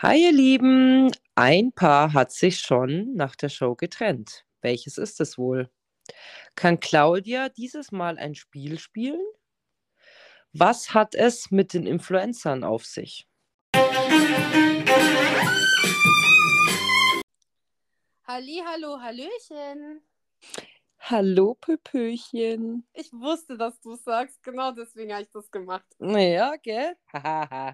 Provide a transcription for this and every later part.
Hi ihr Lieben, ein Paar hat sich schon nach der Show getrennt. Welches ist es wohl? Kann Claudia dieses Mal ein Spiel spielen? Was hat es mit den Influencern auf sich? Hallo, Hallöchen. Hallo Pöpöchen. Ich wusste, dass du es sagst. Genau deswegen habe ich das gemacht. Ja, gell? Hahaha.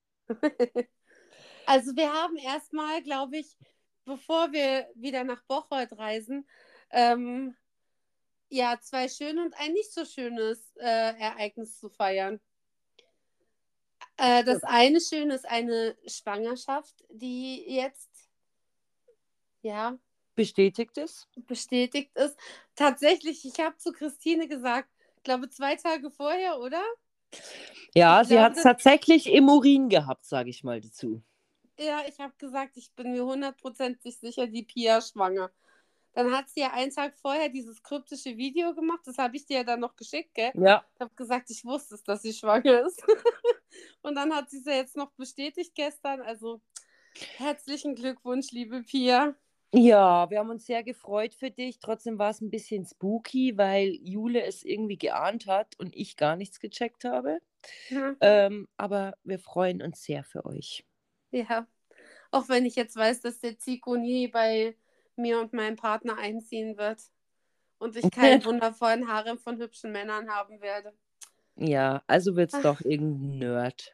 Also wir haben erstmal, glaube ich, bevor wir wieder nach Bocholt reisen, ähm, ja, zwei schöne und ein nicht so schönes Ereignis zu feiern. Das eine Schöne ist eine Schwangerschaft, die jetzt, ja, Bestätigt es? bestätigt ist. Tatsächlich, ich habe zu Christine gesagt, ich glaube 2 Tage vorher, oder? Ich Ja, sie glaube, hat es tatsächlich im Urin gehabt, sage ich mal dazu. ja, ich habe gesagt, ich bin mir hundertprozentig sicher, die Pia schwanger. Dann hat sie ja einen Tag vorher dieses kryptische Video gemacht, das habe ich dir ja dann noch geschickt, gell? Ja. Ich habe gesagt, ich wusste es, dass sie schwanger ist. Und dann hat sie es ja jetzt noch bestätigt gestern. Also herzlichen Glückwunsch, liebe Pia. Ja, wir haben uns sehr gefreut für dich. Trotzdem war es ein bisschen spooky, weil Jule es irgendwie geahnt hat und ich gar nichts gecheckt habe. Ja, Aber wir freuen uns sehr für euch. ja. Auch wenn ich jetzt weiß, dass der Zico nie bei mir und meinem Partner einziehen wird und ich keinen wundervollen Harem von hübschen Männern haben werde. Ja, also wird's doch irgendein Nerd.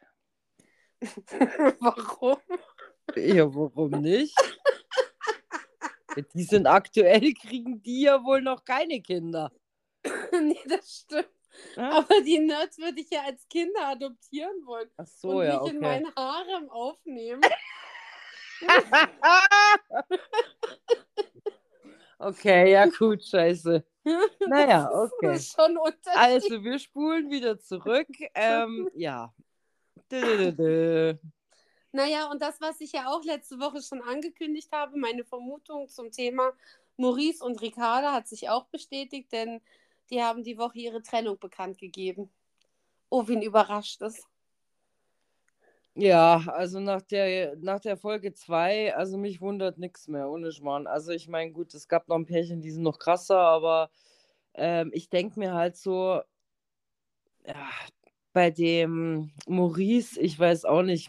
Warum? Ja, warum nicht? Die sind aktuell, kriegen die ja wohl noch keine Kinder. Nee, das stimmt. Ja? Aber die Nerds würde ich ja als Kinder adoptieren wollen Ach so, und ja, nicht in okay. mein Harem aufnehmen. Okay, ja gut, scheiße. Naja, Das okay. ist schon ein Unterschied. Also, wir spulen wieder zurück. Ja. Dö, dö, dö, dö. Naja, und das, was ich ja auch letzte Woche schon angekündigt habe, meine Vermutung zum Thema Maurice und Ricarda hat sich auch bestätigt, denn die haben die Woche ihre Trennung bekannt gegeben. Oh, wen überrascht es. Ja, also nach der Folge 2, also mich wundert nichts mehr, ohne Schmarrn. Also ich meine, gut, es gab noch ein Pärchen, die sind noch krasser, aber ich denke mir halt so, ja, bei dem Maurice, ich weiß auch nicht,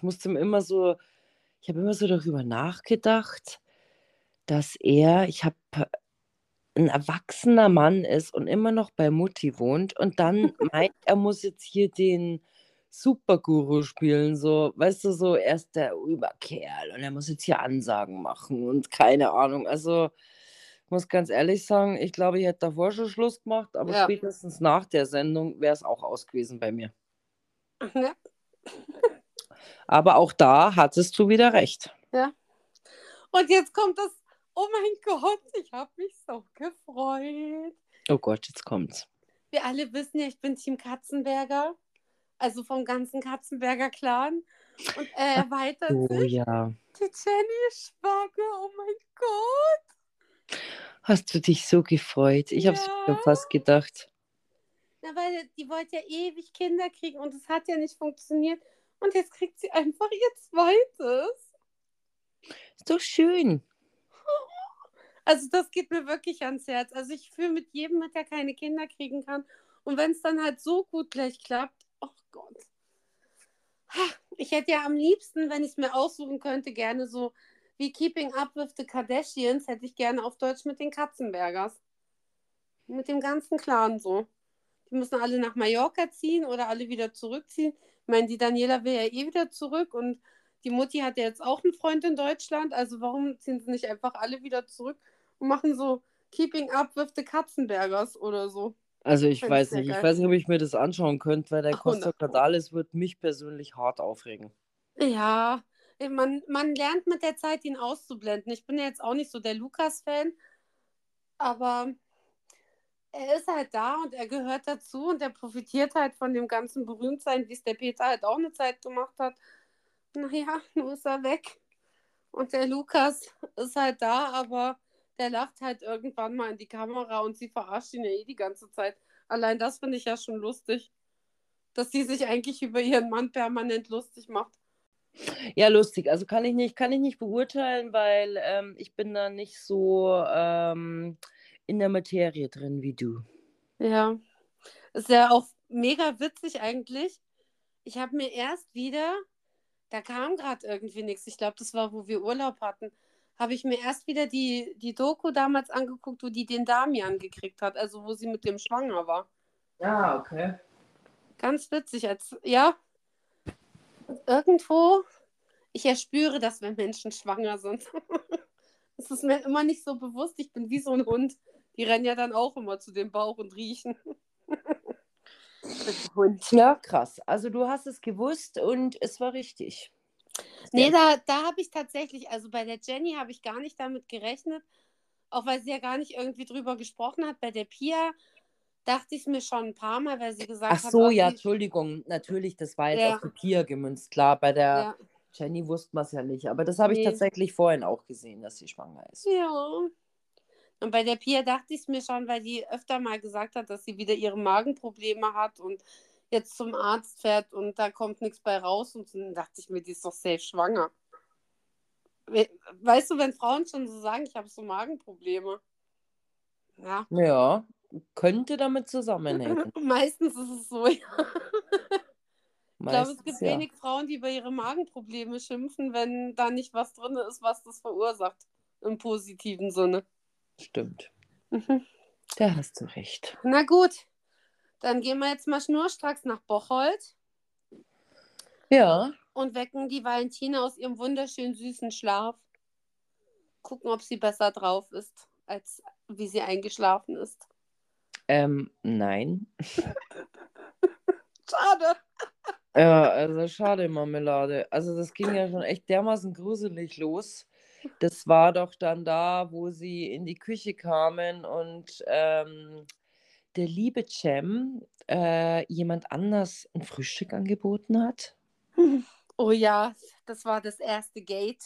ich habe immer so darüber nachgedacht, dass ich habe ein erwachsener Mann ist und immer noch bei Mutti wohnt und dann meint, er muss jetzt hier den Superguru spielen, so, weißt du, so, er ist der Überkerl und er muss jetzt hier Ansagen machen und keine Ahnung. Also, ich muss ganz ehrlich sagen, ich glaube, ich hätte davor schon Schluss gemacht, aber Ja. spätestens nach der Sendung wäre es auch aus gewesen bei mir. Ja. Aber auch da hattest du wieder recht. Ja. Und jetzt kommt das, oh mein Gott, ich habe mich so gefreut. Oh Gott, jetzt kommt's. Wir alle wissen ja, ich bin Team Katzenberger, also vom ganzen Katzenberger Clan. Und er erweitert Oh sich. ja. Die Jenny ist schwanger, oh mein Gott. Hast du dich so gefreut? Ich habe es Ja. mir fast gedacht. Na, weil die wollte ja ewig Kinder kriegen und es hat ja nicht funktioniert. Und jetzt kriegt sie einfach ihr zweites. Ist doch schön. Also das geht mir wirklich ans Herz. Also ich fühle mit jedem mit, der keine Kinder kriegen kann. Und wenn es dann halt so gut gleich klappt, oh Gott. Ich hätte ja am liebsten, wenn ich es mir aussuchen könnte, gerne so wie Keeping Up with the Kardashians, hätte ich gerne auf Deutsch mit den Katzenbergers. Mit dem ganzen Clan so. Die müssen alle nach Mallorca ziehen oder alle wieder zurückziehen. Ich meine, die Daniela will ja eh wieder zurück und die Mutti hat ja jetzt auch einen Freund in Deutschland. Also warum ziehen sie nicht einfach alle wieder zurück und machen so Keeping Up with the Katzenbergers oder so? Also ich Fände ich weiß sehr nicht. Ich geil. weiß nicht, ob ich mir das anschauen könnte, weil der Costa 100 Pro. Cordalis wird mich persönlich hart aufregen. Ja, man lernt mit der Zeit, ihn auszublenden. Ich bin ja jetzt auch nicht so der Lukas-Fan, aber er ist halt da und er gehört dazu und er profitiert halt von dem ganzen Berühmtsein, wie es der Peter halt auch eine Zeit gemacht hat. Naja, nur ist er weg. Und der Lukas ist halt da, aber der lacht halt irgendwann mal in die Kamera und sie verarscht ihn ja eh die ganze Zeit. Allein das finde ich ja schon lustig, dass sie sich eigentlich über ihren Mann permanent lustig macht. Ja, lustig. Also kann ich nicht beurteilen, weil ich bin da nicht so in der Materie drin wie du. Ja, ist ja auch mega witzig eigentlich. Ich habe mir erst wieder, da kam gerade irgendwie nichts. Ich glaube, das war, wo wir Urlaub hatten. Habe ich mir erst wieder die Doku damals angeguckt, wo die den Damian gekriegt hat, also wo sie mit dem schwanger war. Ja, okay. Ganz witzig. Ja, irgendwo, ich erspüre das, wenn Menschen schwanger sind. Das ist mir immer nicht so bewusst. Ich bin wie so ein Hund. Die rennen ja dann auch immer zu dem Bauch und riechen. Mit dem Hund. Ja, krass. Also du hast es gewusst und es war richtig. Nee, Sehr da habe ich tatsächlich, also bei der Jenny habe ich gar nicht damit gerechnet, auch weil sie ja gar nicht irgendwie drüber gesprochen hat. Bei der Pia dachte ich es mir schon ein paar Mal, weil sie Ach gesagt hat, so, oh, ja, sie, Entschuldigung. Natürlich, das war jetzt auf ja, die Pia gemünzt. Klar, bei der ja, Jenny wusste man es ja nicht. Aber das habe ich nee, tatsächlich vorhin auch gesehen, dass sie schwanger ist. ja. Und bei der Pia dachte ich es mir schon, weil die öfter mal gesagt hat, dass sie wieder ihre Magenprobleme hat und jetzt zum Arzt fährt und da kommt nichts bei raus. Und dann dachte ich mir, die ist doch safe schwanger. Weißt du, wenn Frauen schon so sagen, ich habe so Magenprobleme. Ja, Ja, könnte damit zusammenhängen. meistens ist es so. Ja. Ich glaube, es Meistens gibt ja. wenig Frauen, die über ihre Magenprobleme schimpfen, wenn da nicht was drin ist, was das verursacht. Im positiven Sinne. Stimmt. Mhm. Da hast du recht. Na gut, dann gehen wir jetzt mal schnurstracks nach Bocholt Ja, und wecken die Valentina aus ihrem wunderschönen süßen Schlaf. Gucken, ob sie besser drauf ist, als wie sie eingeschlafen ist. nein. Schade. Ja, also schade, Marmelade. Also das ging ja schon echt dermaßen gruselig los. Das war doch dann da, wo sie in die Küche kamen und der liebe Cem jemand anders ein Frühstück angeboten hat. Oh ja, das war das erste Gate.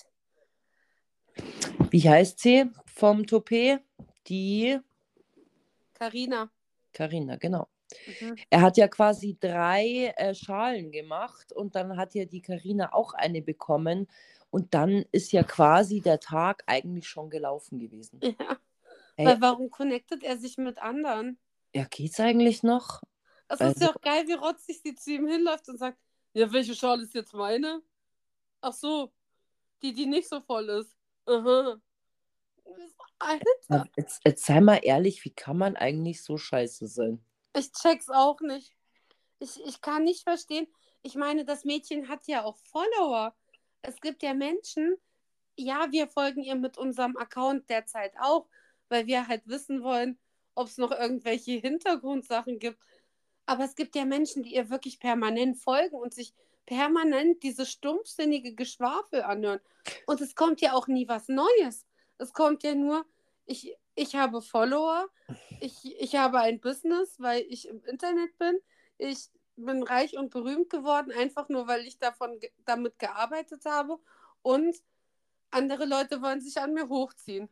Wie heißt sie vom Toupet? Die Carina. Carina, genau. Mhm. Er hat ja quasi 3 Schalen gemacht und dann hat ja die Carina auch eine bekommen und dann ist ja quasi der Tag eigentlich schon gelaufen gewesen. Ja, Hey, weil warum connectet er sich mit anderen? ja, geht's eigentlich noch? Es ist Also, ja auch geil, wie rotzig sie zu ihm hinläuft und sagt, ja, welche Schale ist jetzt meine? Ach so, die nicht so voll ist. Aha. Alter, jetzt sei mal ehrlich, wie kann man eigentlich so scheiße sein? ich check's auch nicht. Ich kann nicht verstehen. Ich meine, das Mädchen hat ja auch Follower. Es gibt ja Menschen, ja, wir folgen ihr mit unserem Account derzeit auch, weil wir halt wissen wollen, ob es noch irgendwelche Hintergrundsachen gibt. Aber es gibt ja Menschen, die ihr wirklich permanent folgen und sich permanent diese stumpfsinnige Geschwafel anhören. Und es kommt ja auch nie was Neues. Es kommt ja nur, ich habe Follower, ich habe ein Business, weil ich im Internet bin. Ich bin reich und berühmt geworden, einfach nur, weil ich damit gearbeitet habe. Und andere Leute wollen sich an mir hochziehen.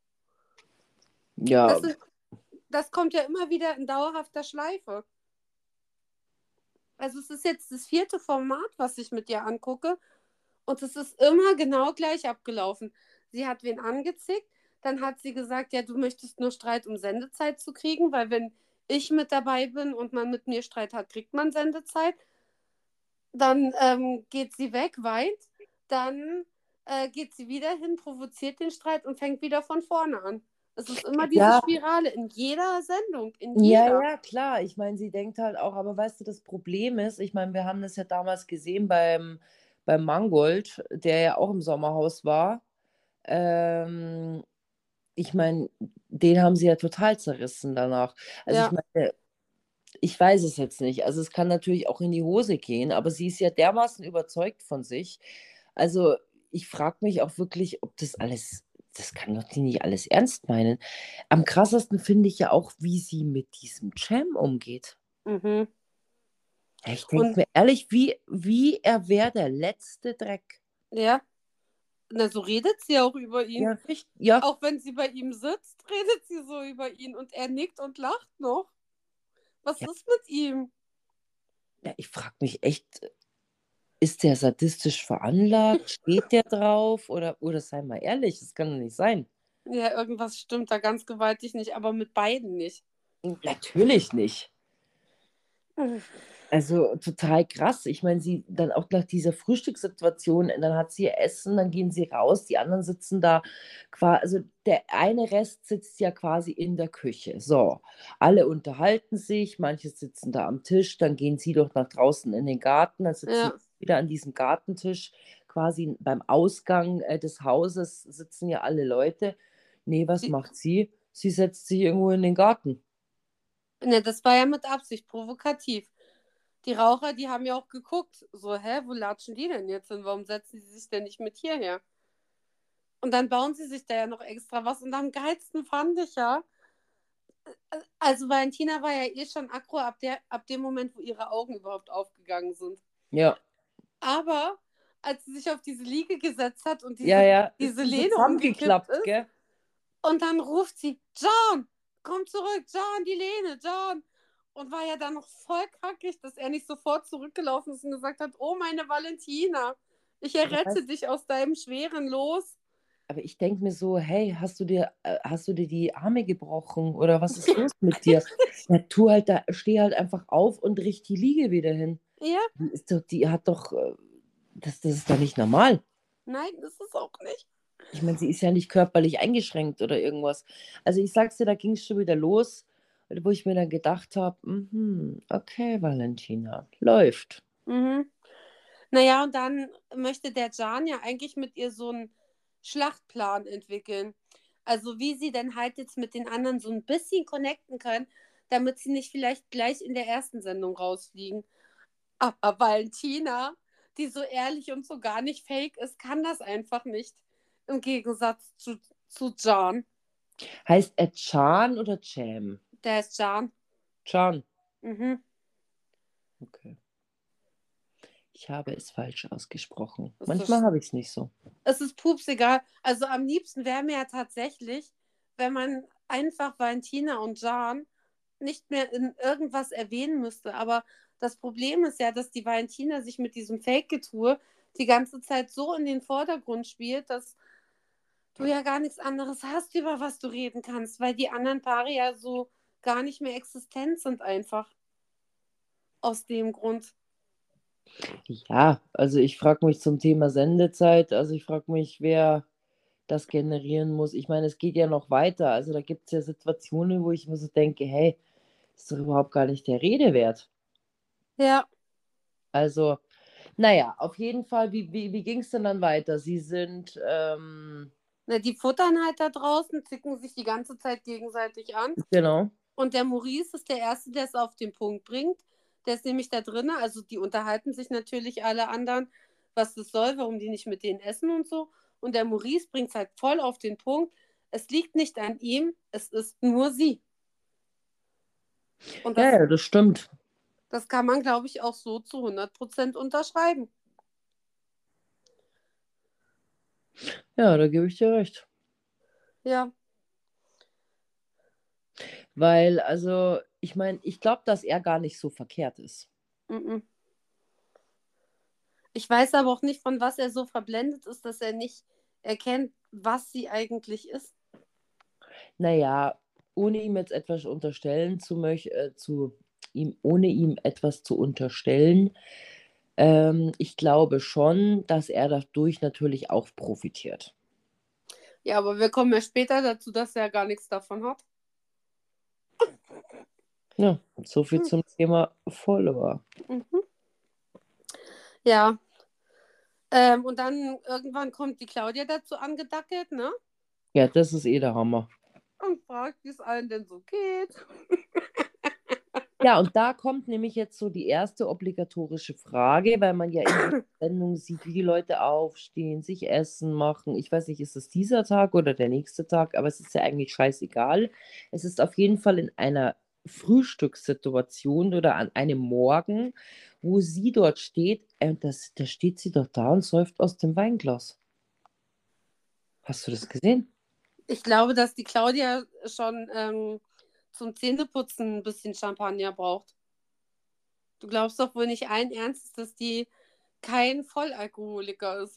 Ja, Das ist, das kommt ja immer wieder in dauerhafter Schleife. Also es ist jetzt das 4. Format, was ich mit ihr angucke. Und es ist immer genau gleich abgelaufen. Sie hat wen angezickt, dann hat sie gesagt, ja, du möchtest nur Streit, um Sendezeit zu kriegen, weil wenn ich mit dabei bin und man mit mir Streit hat, kriegt man Sendezeit. Dann geht sie weg, weint, dann geht sie wieder hin, provoziert den Streit und fängt wieder von vorne an. Es ist immer diese ja, Spirale in jeder Sendung, in ja, jeder. ja, klar. Ich meine, sie denkt halt auch, aber weißt du, das Problem ist, ich meine, wir haben das ja damals gesehen beim Mangold, der ja auch im Sommerhaus war. Ähm, Ich meine, den haben sie ja total zerrissen danach. Also ich Ja, meine, ich weiß es jetzt nicht. Also es kann natürlich auch in die Hose gehen, aber sie ist ja dermaßen überzeugt von sich. Also ich frage mich auch wirklich, ob das alles, das kann doch die nicht alles ernst meinen. Am krassesten finde ich ja auch, wie sie mit diesem Jam umgeht. mhm. Ich denke Und mir ehrlich, wie er wäre der letzte Dreck. ja, na, so redet sie auch über ihn. Ja, richtig, ja. Auch wenn sie bei ihm sitzt, redet sie so über ihn und er nickt und lacht noch. Was Ja, ist mit ihm? ja, ich frage mich echt, Ist der sadistisch veranlagt? Steht der drauf? Oder sei mal ehrlich, das kann doch nicht sein. Ja, irgendwas stimmt da ganz gewaltig nicht, aber mit beiden nicht. Natürlich nicht. Uff. Also total krass. Ich meine, sie dann auch nach dieser Frühstückssituation, dann hat sie ihr Essen, dann gehen sie raus, die anderen sitzen da quasi, also der eine Rest sitzt ja quasi in der Küche. So, alle unterhalten sich, manche sitzen da am Tisch, dann gehen sie doch nach draußen in den Garten, dann sitzen Ja, sie wieder an diesem Gartentisch, quasi beim Ausgang des Hauses sitzen ja alle Leute. Nee, was die, macht sie? Sie setzt sich irgendwo in den Garten. ne, das war ja mit Absicht provokativ. Die Raucher, die haben ja auch geguckt, so, hä, wo latschen die denn jetzt hin? Warum setzen sie sich denn nicht mit hierher? Und dann bauen sie sich da ja noch extra was. Und am geilsten fand ich ja, also Valentina war ja eh schon aggro ab dem Moment, wo ihre Augen überhaupt aufgegangen sind. Ja. Aber als sie sich auf diese Liege gesetzt hat und Ja, ja, ist diese die so Lehne umgekippt zusammengeklappt, ist, gell? und dann ruft sie, John, komm zurück, John, die Lehne, John. Und war ja dann noch voll kackig, dass er nicht sofort zurückgelaufen ist und gesagt hat, oh meine Valentina, ich Aber, errette dich aus deinem schweren Los. aber ich denke mir so, hey, hast du dir die Arme gebrochen oder was ist los mit dir? Ja, tu halt da, steh halt einfach auf und richte die Liege wieder hin. Ja, Die hat doch, das ist doch nicht normal. nein, das ist auch nicht. Ich meine, sie ist ja nicht körperlich eingeschränkt oder irgendwas. Also ich sag's dir, da ging es schon wieder los, wo ich mir dann gedacht habe, okay, Valentina, läuft. Mhm. Naja, und dann möchte der Can ja eigentlich mit ihr so einen Schlachtplan entwickeln. Also wie sie denn halt jetzt mit den anderen so ein bisschen connecten können, damit sie nicht vielleicht gleich in der ersten Sendung rausfliegen. Aber Valentina, die so ehrlich und so gar nicht fake ist, kann das einfach nicht. Im Gegensatz zu Can. Heißt er Chan oder Jam? Der ist Can. Chan. Mhm. Okay. Ich habe es falsch ausgesprochen. Ist Manchmal das, habe ich es nicht so. es ist pups egal. Also am liebsten wäre mir ja tatsächlich, wenn man einfach Valentina und Can nicht mehr in irgendwas erwähnen müsste. Aber das Problem ist ja, dass die Valentina sich mit diesem Fake-Getue die ganze Zeit so in den Vordergrund spielt, dass du ja gar nichts anderes hast, über was du reden kannst, weil die anderen Paare ja so gar nicht mehr existent sind einfach aus dem Grund. Ja, also ich frage mich zum Thema Sendezeit, also ich frage mich, wer das generieren muss. Ich meine, es geht ja noch weiter. Also da gibt es ja Situationen, wo ich mir so denke, hey, ist doch überhaupt gar nicht der Rede wert. Ja, Also, naja, auf jeden Fall, wie ging es denn dann weiter? Sie sind, ne, die futtern halt da draußen, zicken sich die ganze Zeit gegenseitig an. genau. Und der Maurice ist der Erste, der es auf den Punkt bringt. Der ist nämlich da drin. Also die unterhalten sich natürlich alle anderen, was das soll, warum die nicht mit denen essen und so. Und der Maurice bringt es halt voll auf den Punkt. Es liegt nicht an ihm, es ist nur sie. Und Ja, ja, das stimmt. das kann man, glaube ich, auch so zu 100% unterschreiben. Ja, da gebe ich dir recht. Ja, Weil, also, ich meine, ich glaube, dass er gar nicht so verkehrt ist. mm-mm. Ich weiß aber auch nicht, von was er so verblendet ist, dass er nicht erkennt, was sie eigentlich ist. Naja, ohne ihm jetzt etwas unterstellen ohne ihm etwas zu unterstellen, ich glaube schon, dass er dadurch natürlich auch profitiert. Ja, aber wir kommen ja später dazu, dass er gar nichts davon hat. Ja, so viel Hm. zum Thema Follower. Mhm. Ja, und dann irgendwann kommt die Claudia dazu angedackelt, ne? Ja, das ist eh der Hammer. Und fragt, wie es allen denn so geht. Ja, und da kommt nämlich jetzt so die erste obligatorische Frage, weil man ja in dieser Sendung sieht, wie die Leute aufstehen, sich Essen machen. Ich weiß nicht, ist es dieser Tag oder der nächste Tag, aber es ist ja eigentlich scheißegal. Es ist auf jeden Fall in einer Frühstückssituation oder an einem Morgen, wo sie dort steht, da steht sie doch da und säuft aus dem Weinglas. Hast du das gesehen? Ich glaube, dass die Claudia schon zum Zähneputzen ein bisschen Champagner braucht. Du glaubst doch wohl nicht allen Ernstes, dass die kein Vollalkoholiker ist.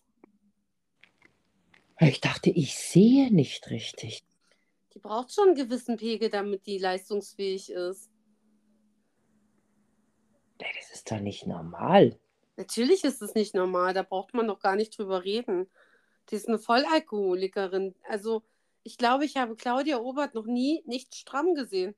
Ich dachte, ich sehe nicht richtig. Die braucht schon einen gewissen Pegel, damit die leistungsfähig ist. Nee, das ist doch nicht normal. Natürlich ist es nicht normal, da braucht man doch gar nicht drüber reden. Die ist eine Vollalkoholikerin. Also, ich glaube, ich habe Claudia Obert noch nie nicht stramm gesehen.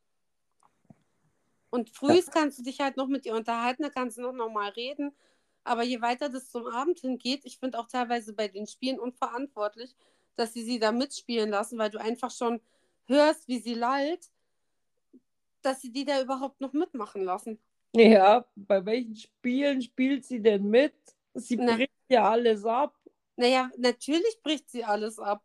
Und Ja. frühs kannst du dich halt noch mit ihr unterhalten, da kannst du noch normal reden. Aber je weiter das zum Abend hingeht, ich finde auch teilweise bei den Spielen unverantwortlich, dass sie da mitspielen lassen, weil du einfach schon hörst, wie sie lallt, dass sie die da überhaupt noch mitmachen lassen. Ja, bei welchen Spielen spielt sie denn mit? Sie Na, bricht ja alles ab. naja, natürlich bricht sie alles ab.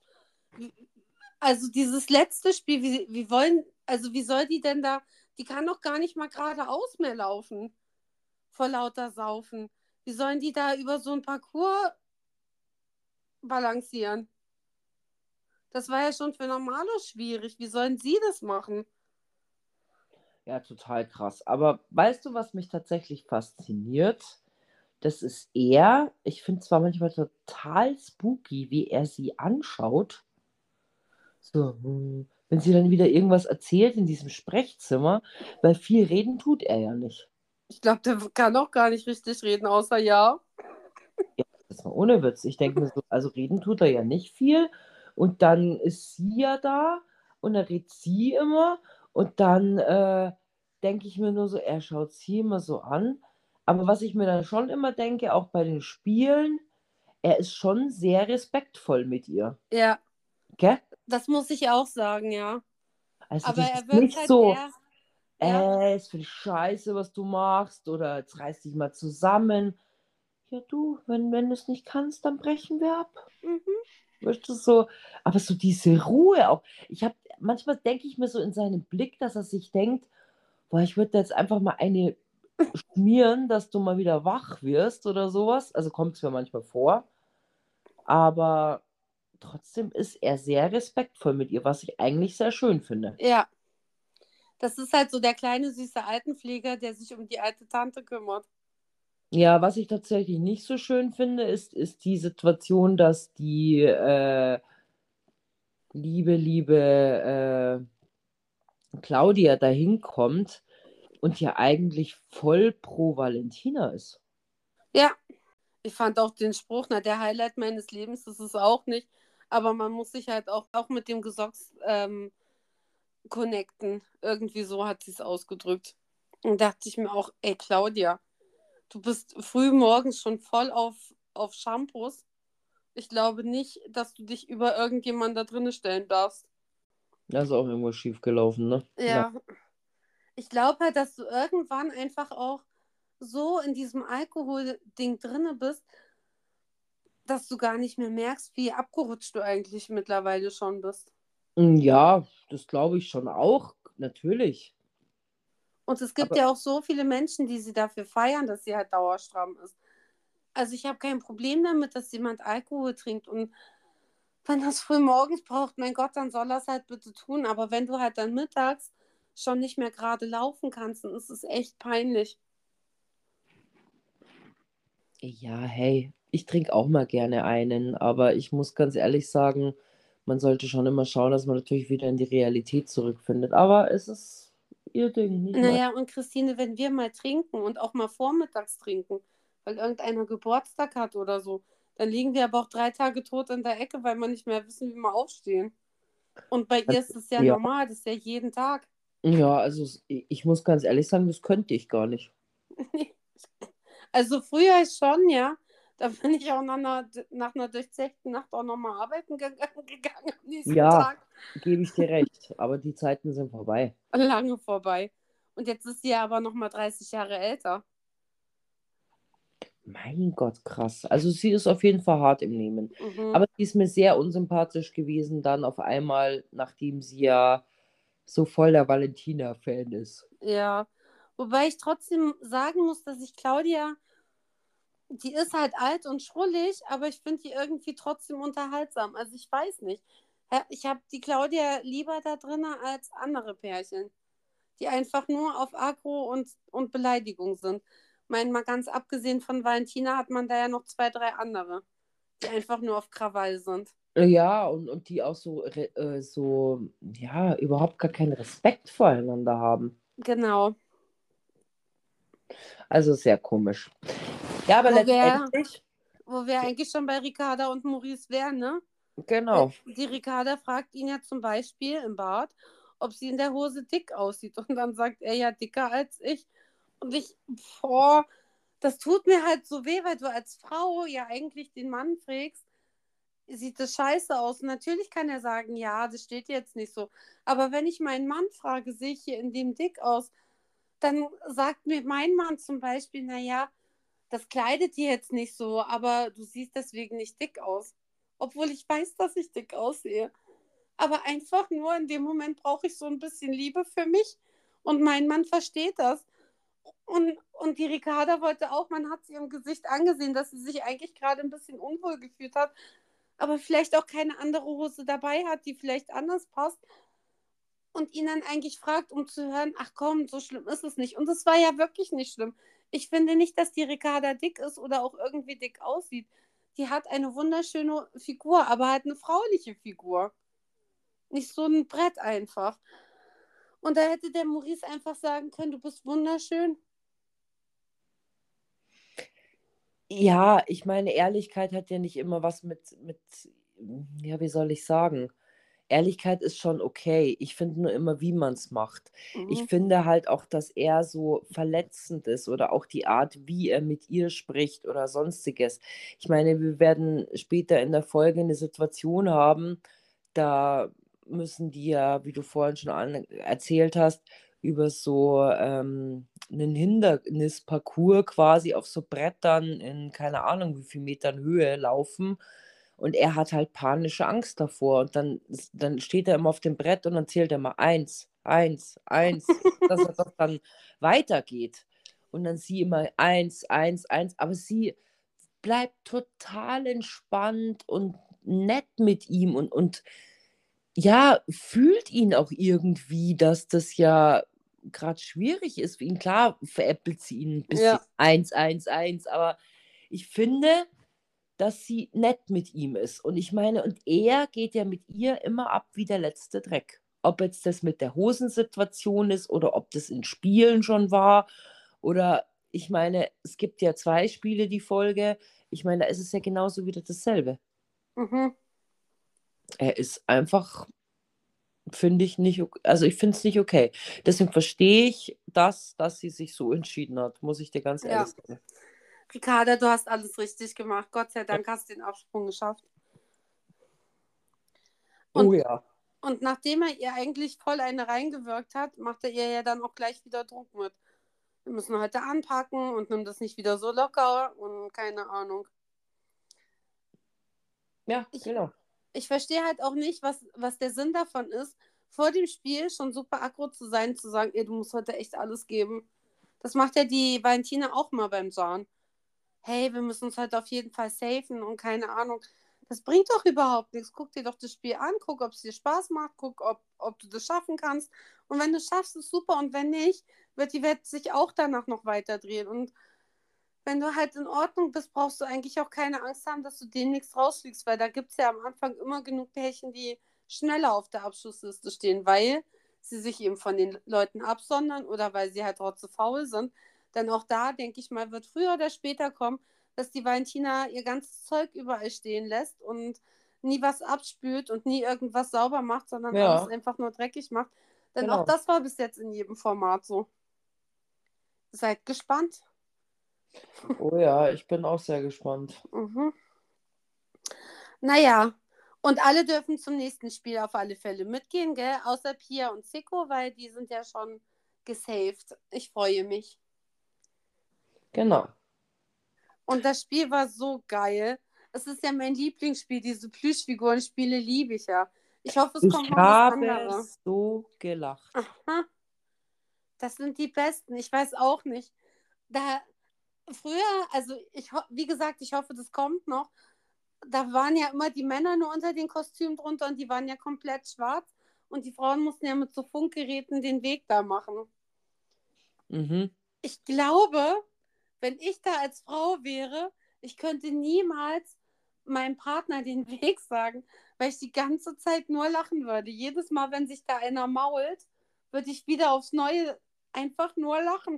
Also dieses letzte Spiel, wie soll die denn da, die kann doch gar nicht mal geradeaus mehr laufen vor lauter Saufen. Wie sollen die da über so ein Parcours balancieren? Das war ja schon für Normalo schwierig. Wie sollen sie das machen? Ja, total krass. Aber weißt du, was mich tatsächlich fasziniert? Das ist er. Ich finde zwar manchmal total spooky, wie er sie anschaut. So, wenn sie dann wieder irgendwas erzählt in diesem Sprechzimmer, weil viel reden tut er ja nicht. Ich glaube, der kann auch gar nicht richtig reden, außer ja. Ja, das ist mal ohne Witz. Ich denke mir so, also reden tut er ja nicht viel. Und dann ist sie ja da und dann redet sie immer. Und dann denke ich mir nur so, er schaut sie immer so an. Aber was ich mir dann schon immer denke, auch bei den Spielen, er ist schon sehr respektvoll mit ihr. Ja, Gell? das muss ich auch sagen, ja. Also Aber das er ist wirkt nicht halt so, eher, ja. ist für die Scheiße, was du machst, oder jetzt reiß dich mal zusammen. Ja, du, wenn du es nicht kannst, dann brechen wir ab. Mhm. Weißt du, so, aber so diese Ruhe auch. Manchmal denke ich mir so in seinem Blick, dass er sich denkt, boah, ich würde jetzt einfach mal eine schmieren, dass du mal wieder wach wirst oder sowas. Also kommt es mir manchmal vor. Aber trotzdem ist er sehr respektvoll mit ihr, was ich eigentlich sehr schön finde. Ja, das ist halt so der kleine süße Altenpfleger, der sich um die alte Tante kümmert. Ja, was ich tatsächlich nicht so schön finde, ist die Situation, dass die liebe Claudia da hinkommt und ja eigentlich voll pro Valentina ist. Ja, ich fand auch den Spruch, na, der Highlight meines Lebens ist es auch nicht. Aber man muss sich halt auch mit dem Gesocks connecten. Irgendwie so hat sie es ausgedrückt. Und dachte ich mir auch, ey Claudia, du bist früh morgens schon voll auf Shampoos. Ich glaube nicht, dass du dich über irgendjemanden da drinnen stellen darfst. Da ist auch irgendwas schief gelaufen, ne? Na, Ja, ich glaube halt, dass du irgendwann einfach auch so in diesem Alkohol-Ding drinne bist, dass du gar nicht mehr merkst, wie abgerutscht du eigentlich mittlerweile schon bist. ja, das glaube ich schon auch, natürlich. Und es gibt Aber ja auch so viele Menschen, die sie dafür feiern, dass sie halt dauerstramm ist. Also ich habe kein Problem damit, dass jemand Alkohol trinkt und wenn er es früh morgens braucht, mein Gott, dann soll er es halt bitte tun. Aber wenn du halt dann mittags schon nicht mehr gerade laufen kannst, dann ist es echt peinlich. ja, hey, ich trinke auch mal gerne einen, aber ich muss ganz ehrlich sagen, man sollte schon immer schauen, dass man natürlich wieder in die Realität zurückfindet. Aber es ist ihr Ding, nicht mein. Naja, und Christine, wenn wir mal trinken und auch mal vormittags trinken, weil irgendeiner Geburtstag hat oder so, dann liegen wir aber auch 3 Tage tot in der Ecke, weil wir nicht mehr wissen, wie wir aufstehen. Und bei ihr ist es ja Ja, normal, das ist ja jeden Tag. ja, also ich muss ganz ehrlich sagen, das könnte ich gar nicht. Also früher schon, ja. Da bin ich auch nach einer durchzechten Nacht auch nochmal arbeiten gegangen am nächsten Ja, Tag. gebe ich dir recht, aber die Zeiten sind vorbei. Lange vorbei. Und jetzt ist sie ja aber nochmal 30 Jahre älter. Mein Gott, krass. Also sie ist auf jeden Fall hart im Nehmen. Mhm. Aber sie ist mir sehr unsympathisch gewesen dann auf einmal, nachdem sie ja so voll der Valentina-Fan ist. Ja. Wobei ich trotzdem sagen muss, dass ich Claudia, die ist halt alt und schrullig, aber ich finde die irgendwie trotzdem unterhaltsam. Also ich weiß nicht. Ich habe die Claudia lieber da drin als andere Pärchen, die einfach nur auf Aggro und Beleidigung sind. Mein, mal ganz abgesehen von Valentina hat man da ja noch 2, 3 andere, die einfach nur auf Krawall sind. Ja, und die auch so, ja, überhaupt gar keinen Respekt voreinander haben. Genau. Also sehr komisch. Ja, aber Wo wir, letztendlich, wo wir eigentlich schon bei Ricarda und Maurice wären, ne? genau. Die Ricarda fragt ihn ja zum Beispiel im Bad, ob sie in der Hose dick aussieht. Und dann sagt er ja dicker als ich. Und ich, boah, das tut mir halt so weh, weil du als Frau ja eigentlich den Mann fragst, sieht das scheiße aus? Und natürlich kann er sagen, ja, das steht jetzt nicht so. Aber wenn ich meinen Mann frage, sehe ich hier in dem dick aus, dann sagt mir mein Mann zum Beispiel, naja, das kleidet dir jetzt nicht so, aber du siehst deswegen nicht dick aus. Obwohl ich weiß, dass ich dick aussehe. Aber einfach nur in dem Moment brauche ich so ein bisschen Liebe für mich. Und mein Mann versteht das. Und die Ricarda wollte auch, man hat sie im Gesicht angesehen, dass sie sich eigentlich gerade ein bisschen unwohl gefühlt hat, aber vielleicht auch keine andere Hose dabei hat, die vielleicht anders passt. Und ihn dann eigentlich fragt, um zu hören, ach komm, so schlimm ist es nicht. Und es war ja wirklich nicht schlimm. Ich finde nicht, dass die Ricarda dick ist oder auch irgendwie dick aussieht. Die hat eine wunderschöne Figur, aber halt eine frauliche Figur. Nicht so ein Brett einfach. Und da hätte der Maurice einfach sagen können, du bist wunderschön. Ja, ich meine, Ehrlichkeit hat ja nicht immer was ja, wie soll ich sagen? Ehrlichkeit ist schon okay. Ich finde nur immer, wie man es macht. Ich Mhm. finde halt auch, dass er so verletzend ist oder auch die Art, wie er mit ihr spricht oder sonstiges. Ich meine, wir werden später in der Folge eine Situation haben, da müssen die ja, wie du vorhin schon erzählt hast, über so einen Hindernisparcours quasi auf so Brettern in keine Ahnung wie viel Metern Höhe laufen. Und er hat halt panische Angst davor. Und dann steht er immer auf dem Brett und dann zählt er mal eins, eins, eins, dass er doch dann weitergeht. Und dann sie immer eins, eins, eins. Aber sie bleibt total entspannt und nett mit ihm und ja, fühlt ihn auch irgendwie, dass das ja gerade schwierig ist für ihn. Klar, veräppelt sie ihn ein bisschen Ja. eins, eins, eins, aber ich finde, dass sie nett mit ihm ist. Und ich meine, und er geht ja mit ihr immer ab wie der letzte Dreck. Ob jetzt das mit der Hosensituation ist oder ob das in Spielen schon war. Oder ich meine, es gibt ja 2 Spiele die Folge. Ich meine, da ist es ja genauso wieder dasselbe. Mhm. Er ist einfach, finde ich nicht, also ich finde es nicht okay. Deswegen verstehe ich das, dass sie sich so entschieden hat, muss ich dir ganz ehrlich Ja. sagen. Ricarda, du hast alles richtig gemacht. Gott sei Ja. Dank hast du den Absprung geschafft. Oh Und, ja. und nachdem er ihr eigentlich voll eine reingewirkt hat, macht er ihr ja dann auch gleich wieder Druck mit. Wir müssen heute anpacken und nimm das nicht wieder so locker und keine Ahnung. Ja, Ich, genau. ich verstehe halt auch nicht, was der Sinn davon ist, vor dem Spiel schon super aggro zu sein, zu sagen, ey, du musst heute echt alles geben. Das macht ja die Valentina auch mal beim Jan. Hey, wir müssen uns heute auf jeden Fall safen und keine Ahnung. Das bringt doch überhaupt nichts. Guck dir doch das Spiel an, guck, ob es dir Spaß macht, guck, ob du das schaffen kannst. Und wenn du es schaffst, ist super. Und wenn nicht, wird die Welt sich auch danach noch weiter drehen. Und wenn du halt in Ordnung bist, brauchst du eigentlich auch keine Angst haben, dass du demnächst rausfliegst, weil da gibt es ja am Anfang immer genug Pärchen, die schneller auf der Abschlussliste stehen, weil sie sich eben von den Leuten absondern oder weil sie halt trotzdem faul sind. Denn auch da, denke ich mal, wird früher oder später kommen, dass die Valentina ihr ganzes Zeug überall stehen lässt und nie was abspült und nie irgendwas sauber macht, sondern alles Ja, einfach nur dreckig macht. Denn auch genau. das war bis jetzt in jedem Format so. Seid gespannt. Oh ja, ich bin auch sehr gespannt. Mhm. Naja, und alle dürfen zum nächsten Spiel auf alle Fälle mitgehen, gell? Außer Pia und Zico, weil die sind ja schon gesaved. Ich freue mich. Genau. Und das Spiel war so geil. Es ist ja mein Lieblingsspiel. Diese Plüschfigurenspiele liebe ich ja. Ich hoffe, es kommt Ich noch das habe andere. so gelacht. Aha, das sind die besten. Ich weiß auch nicht. Da früher, also wie gesagt, ich hoffe, das kommt noch. Da waren ja immer die Männer nur unter den Kostümen drunter und die waren ja komplett schwarz und die Frauen mussten ja mit so Funkgeräten den Weg da machen. Mhm. Ich glaube, wenn ich da als Frau wäre, ich könnte niemals meinem Partner den Weg sagen, weil ich die ganze Zeit nur lachen würde. Jedes Mal, wenn sich da einer mault, würde ich wieder aufs Neue einfach nur lachen.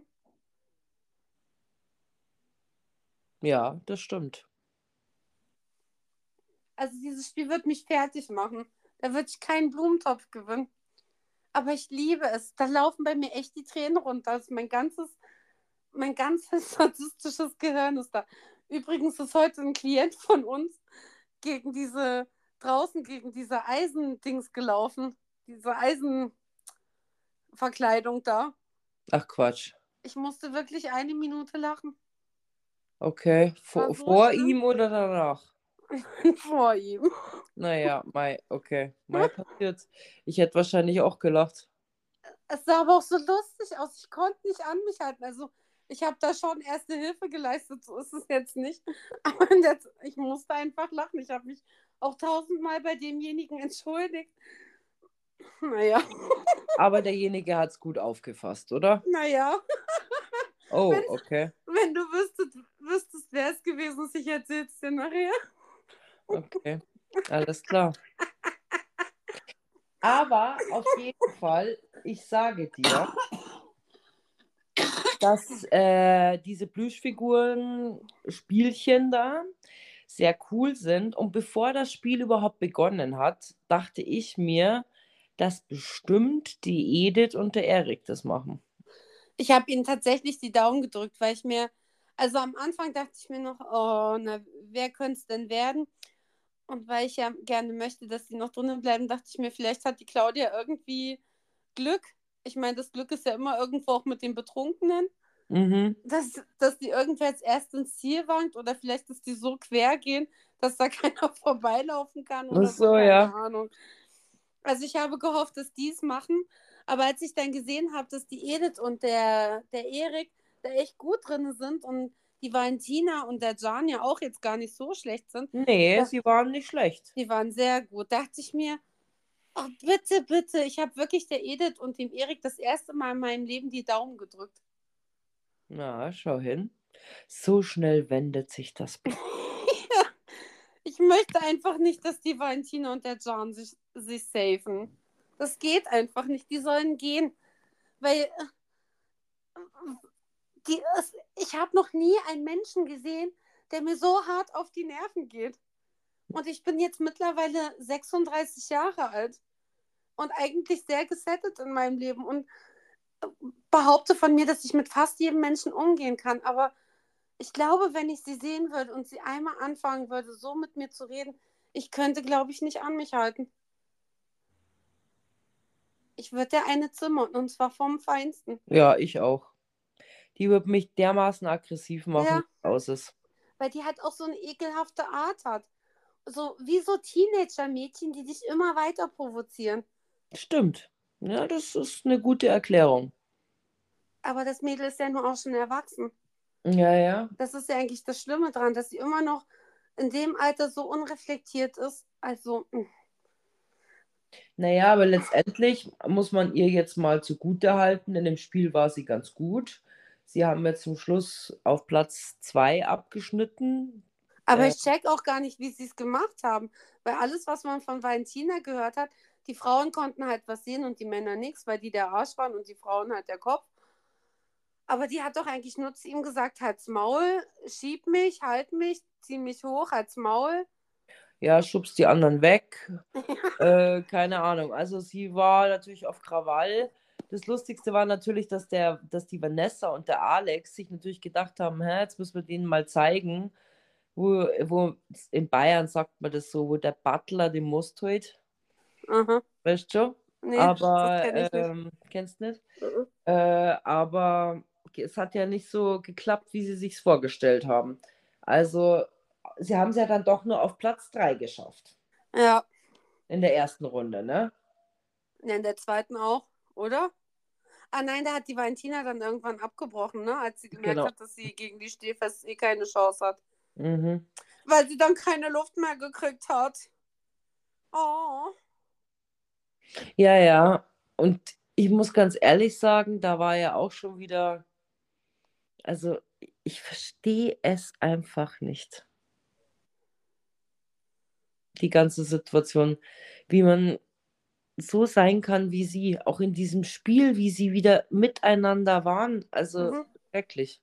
Ja, das stimmt. Also dieses Spiel wird mich fertig machen. Da würde ich keinen Blumentopf gewinnen. Aber ich liebe es. Da laufen bei mir echt die Tränen runter. Also mein ganzes sadistisches Gehirn ist da. Übrigens ist heute ein Klient von uns gegen draußen gegen diese Eisendings gelaufen. Diese Eisenverkleidung da. Ach Quatsch. Ich musste wirklich eine Minute lachen. Okay. War Vor, so vor schlimm ihm oder danach? vor ihm. Naja, Mai, okay. Mai passiert. Ich hätte wahrscheinlich auch gelacht. Es sah aber auch so lustig aus. Ich konnte nicht an mich halten. Also ich habe da schon erste Hilfe geleistet. So ist es jetzt nicht. Aber jetzt, ich musste einfach lachen. Ich habe mich auch tausendmal bei demjenigen entschuldigt. Naja, Aber derjenige hat es gut aufgefasst, oder? naja. Oh, Wenn, okay. wenn du wüsstest, wer es gewesen ist, ich erzähle es dir nachher. Okay. Alles klar. Aber auf jeden Fall, ich sage dir, dass diese Plüschfiguren-Spielchen da sehr cool sind. Und bevor das Spiel überhaupt begonnen hat, dachte ich mir, dass bestimmt die Edith und der Erik das machen. Ich habe ihnen tatsächlich die Daumen gedrückt, weil also am Anfang dachte ich mir noch, oh, na, wer könnte es denn werden? Und weil ich ja gerne möchte, dass die noch drinnen bleiben, dachte ich mir, vielleicht hat die Claudia irgendwie Glück. Ich meine, das Glück ist ja immer irgendwo auch mit den Betrunkenen, Mhm. dass die irgendwer als erst ins Ziel wankt oder vielleicht, dass die so quer gehen, dass da keiner vorbeilaufen kann Ach oder so, so, keine ja. Ahnung. Also ich habe gehofft, dass die es machen, aber als ich dann gesehen habe, dass die Edith und der Erik da echt gut drin sind und die Valentina und der Jan ja auch jetzt gar nicht so schlecht sind, Nee, da, sie waren nicht schlecht. die waren sehr gut, dachte ich mir, oh, bitte, bitte, ich habe wirklich der Edith und dem Erik das erste Mal in meinem Leben die Daumen gedrückt. Na, schau hin. So schnell wendet sich das Blatt. Ich möchte einfach nicht, dass die Valentina und der Jan sich safen. Das geht einfach nicht. Die sollen gehen. Weil ich habe noch nie einen Menschen gesehen, der mir so hart auf die Nerven geht. Und ich bin jetzt mittlerweile 36 Jahre alt und eigentlich sehr gesettet in meinem Leben und behaupte von mir, dass ich mit fast jedem Menschen umgehen kann. Aber ich glaube, wenn ich sie sehen würde und sie einmal anfangen würde, so mit mir zu reden, ich könnte, glaube ich, nicht an mich halten. Ich würde der eine zimmern und zwar vom Feinsten. Ja, ich auch. Die wird mich dermaßen aggressiv machen, Ja, wie es aus ist. weil die halt auch so eine ekelhafte Art hat. So wie so Teenager-Mädchen, die dich immer weiter provozieren. Stimmt. Ja, das ist eine gute Erklärung. Aber das Mädel ist ja nur auch schon erwachsen. Ja, ja. Das ist ja eigentlich das Schlimme dran, dass sie immer noch in dem Alter so unreflektiert ist. Also, Naja, aber letztendlich muss man ihr jetzt mal zugute halten. In dem Spiel war sie ganz gut. Sie haben jetzt zum Schluss auf Platz 2 abgeschnitten. aber Äh, ich check auch gar nicht, wie sie es gemacht haben. Weil alles, was man von Valentina gehört hat, die Frauen konnten halt was sehen und die Männer nichts, weil die der Arsch waren und die Frauen halt der Kopf. Aber die hat doch eigentlich nur zu ihm gesagt, halt's Maul, schieb mich, halt mich, zieh mich hoch, halt's Maul. ja, schubst die anderen weg. Keine Ahnung. Also sie war natürlich auf Krawall. Das Lustigste war natürlich, dass die Vanessa und der Alex sich natürlich gedacht haben, hä, jetzt müssen wir denen mal zeigen, wo in Bayern sagt man das so, wo der Butler den Most holt. Aha. Weißt du schon? Nee, das Aber kenne ich nicht. kennst nicht? Mhm. Aber es hat ja nicht so geklappt, wie sie sich vorgestellt haben. Also, sie haben es ja dann doch nur auf Platz 3 geschafft. Ja, In der ersten Runde, ne? ja, in der zweiten auch, oder? Ah nein, da hat die Valentina dann irgendwann abgebrochen, ne? Als sie gemerkt Genau. hat, dass sie gegen die Stehfest eh keine Chance hat. Mhm. Weil sie dann keine Luft mehr gekriegt hat. Oh. Ja, ja. Und ich muss ganz ehrlich sagen, da war ja auch schon wieder, also Ich verstehe es einfach nicht. Die ganze Situation, wie man so sein kann wie sie, auch in diesem Spiel, wie sie wieder miteinander waren. Also Mhm. schrecklich.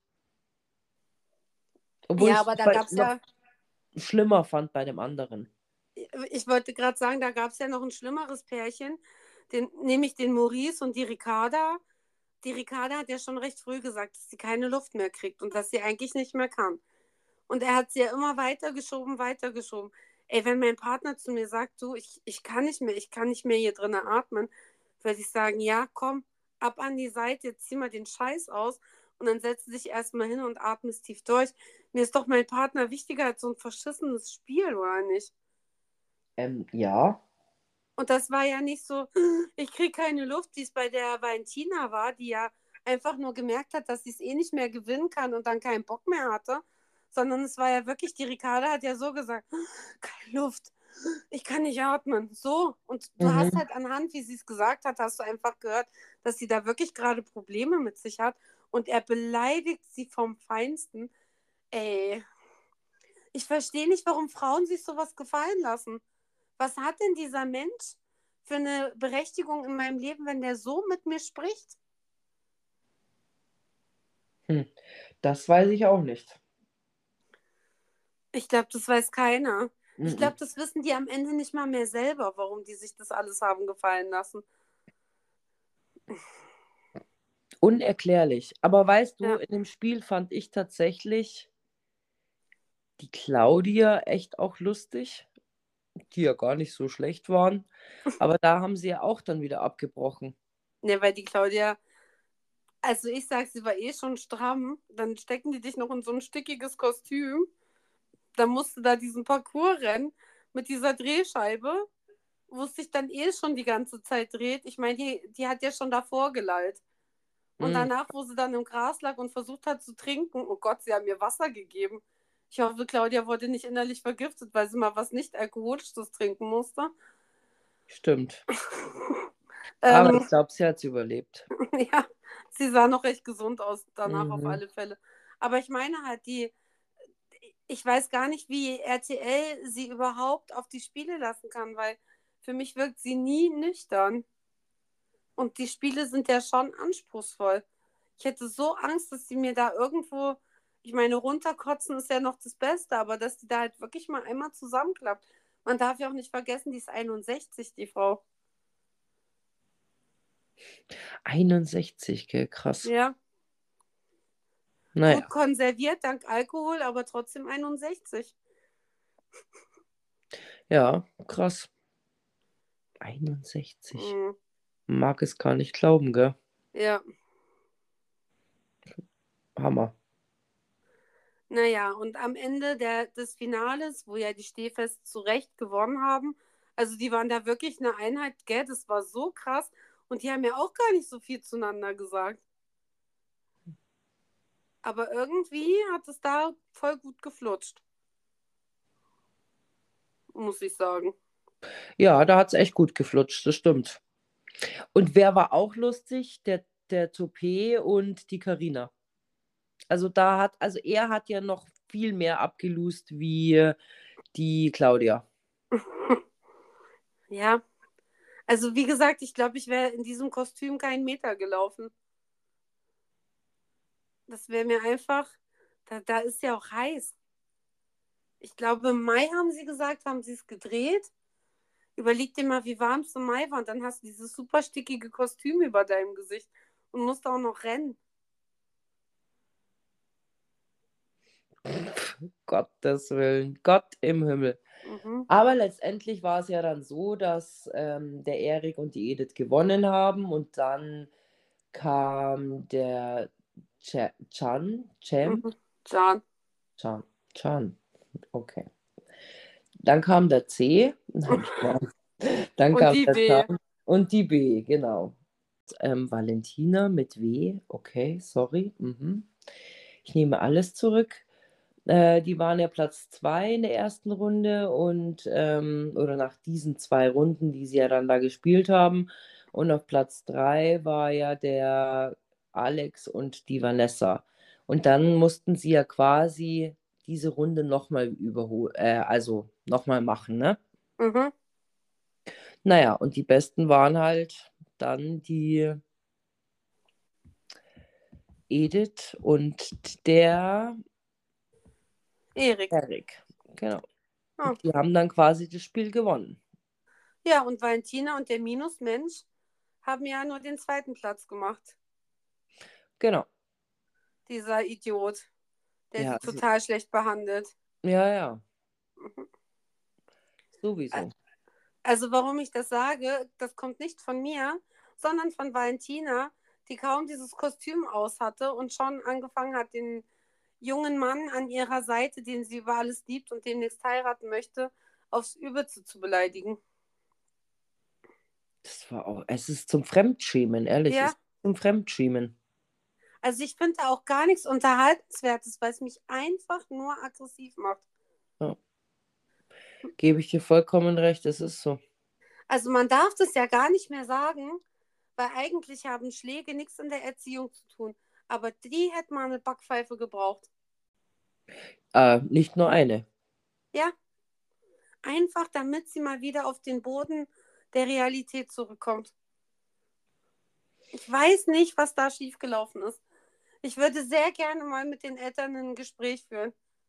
Obwohl Ja, ich aber da es gab es noch ja, schlimmer fand bei dem anderen. ich wollte gerade sagen, da gab es ja noch ein schlimmeres Pärchen, nämlich den Maurice und die Ricarda. Die Ricarda hat ja schon recht früh gesagt, dass sie keine Luft mehr kriegt und dass sie eigentlich nicht mehr kann. Und er hat sie ja immer weitergeschoben, weitergeschoben. Ey, wenn mein Partner zu mir sagt, du, ich kann nicht mehr, ich kann nicht mehr hier drinnen atmen, würde ich sagen, ja, komm, ab an die Seite, zieh mal den Scheiß aus und dann setz dich erstmal hin und atmest tief durch. Mir ist doch mein Partner wichtiger als so ein verschissenes Spiel, oder nicht? Ja. Und das war ja nicht so, ich kriege keine Luft, wie es bei der Valentina war, die ja einfach nur gemerkt hat, dass sie es eh nicht mehr gewinnen kann und dann keinen Bock mehr hatte. Sondern es war ja wirklich, die Ricarda hat ja so gesagt, keine Luft, ich kann nicht atmen. So. Und du hast Mhm. halt anhand, wie sie es gesagt hat, hast du einfach gehört, dass sie da wirklich gerade Probleme mit sich hat. Und er beleidigt sie vom Feinsten. Ey, ich verstehe nicht, warum Frauen sich sowas gefallen lassen. Was hat denn dieser Mensch für eine Berechtigung in meinem Leben, wenn der so mit mir spricht? Hm. Das weiß ich auch nicht. Ich glaube, das weiß keiner. Ich Mhm. glaube, das wissen die am Ende nicht mal mehr selber, warum die sich das alles haben gefallen lassen. Unerklärlich. Aber weißt du, Ja. in dem Spiel fand ich tatsächlich die Claudia echt auch lustig, die ja gar nicht so schlecht waren. Aber da haben sie ja auch dann wieder abgebrochen. Ne, weil die Claudia, also ich sag, sie war eh schon stramm. Dann stecken die dich noch in so ein stickiges Kostüm. Dann musst du da diesen Parcours rennen mit dieser Drehscheibe, wo es sich dann eh schon die ganze Zeit dreht. Ich meine, die hat ja schon davor gelallt. Und Mhm. danach, wo sie dann im Gras lag und versucht hat zu trinken, oh Gott, sie haben mir Wasser gegeben. Ich hoffe, Claudia wurde nicht innerlich vergiftet, weil sie mal was nicht Alkoholisches trinken musste. Stimmt. Aber Ähm, ich glaube, sie hat es überlebt. ja, sie sah noch recht gesund aus danach auf Mhm. alle Fälle. Aber ich meine halt, ich weiß gar nicht, wie RTL sie überhaupt auf die Spiele lassen kann, weil für mich wirkt sie nie nüchtern. Und die Spiele sind ja schon anspruchsvoll. Ich hätte so Angst, dass die mir da irgendwo, ich meine, runterkotzen ist ja noch das Beste, aber dass die da halt wirklich mal einmal zusammenklappt. Man darf ja auch nicht vergessen, die ist 61, die Frau. 61, gell, krass. Ja, gut Naja, konserviert dank Alkohol, aber trotzdem 61. ja, krass. 61. Hm, Mag es gar nicht glauben, gell? ja, Hammer. naja, und am Ende des Finales, wo ja die Stehfest zu Recht gewonnen haben, also die waren da wirklich eine Einheit, gell, das war so krass. Und die haben ja auch gar nicht so viel zueinander gesagt. Aber irgendwie hat es da voll gut geflutscht, muss ich sagen. Ja, da hat es echt gut geflutscht, das stimmt. Und wer war auch lustig? Der Toupet und die Karina. Also er hat ja noch viel mehr abgelust wie die Claudia. Ja, also wie gesagt, ich glaube, ich wäre in diesem Kostüm keinen Meter gelaufen. Das wäre mir einfach, da ist ja auch heiß. Ich glaube, im Mai haben sie gesagt, haben sie es gedreht. Überleg dir mal, wie warm es im Mai war. Und dann hast du dieses super stickige Kostüm über deinem Gesicht und musst auch noch rennen. Gottes Willen, Gott im Himmel. Mhm. Aber letztendlich war es ja dann so, dass der Erik und die Edith gewonnen haben und dann kam der Champ, Mhm. Can. Chan, Chan, okay. Dann kam der C, nein, Spaß. Dann Und kam die der B. Chan und die B, genau. Valentina mit W, okay, sorry. Mhm. Ich nehme alles zurück. Die waren ja Platz 2 in der ersten Runde und oder nach diesen 2 Runden, die sie ja dann da gespielt haben. Und auf Platz 3 war ja der Alex und die Vanessa. Und dann mussten sie ja quasi diese Runde nochmal also nochmal machen, ne? Mhm. Naja, und die Besten waren halt dann die Edith und der Erik. Erik. Genau. Ah. Und die haben dann quasi das Spiel gewonnen. Ja, und Valentina und der Minusmensch haben ja nur den zweiten Platz gemacht. Genau. Dieser Idiot, der Ja, sie total schlecht behandelt. ja, ja, Mhm. sowieso. Also warum ich das sage, das kommt nicht von mir, sondern von Valentina, die kaum dieses Kostüm aus hatte und schon angefangen hat, den jungen Mann an ihrer Seite, den sie über alles liebt und demnächst heiraten möchte, aufs Übelste zu beleidigen. Das war auch, es ist zum Fremdschämen, ehrlich, es Ja, ist zum Fremdschämen. also ich finde da auch gar nichts Unterhaltenswertes, weil es mich einfach nur aggressiv macht. Ja, gebe ich dir vollkommen recht, es ist so. Also man darf das ja gar nicht mehr sagen, weil eigentlich haben Schläge nichts in der Erziehung zu tun. Aber die hätte mal eine Backpfeife gebraucht. Nicht nur eine. Ja, einfach damit sie mal wieder auf den Boden der Realität zurückkommt. Ich weiß nicht, was da schiefgelaufen ist. Ich würde sehr gerne mal mit den Eltern ein Gespräch führen.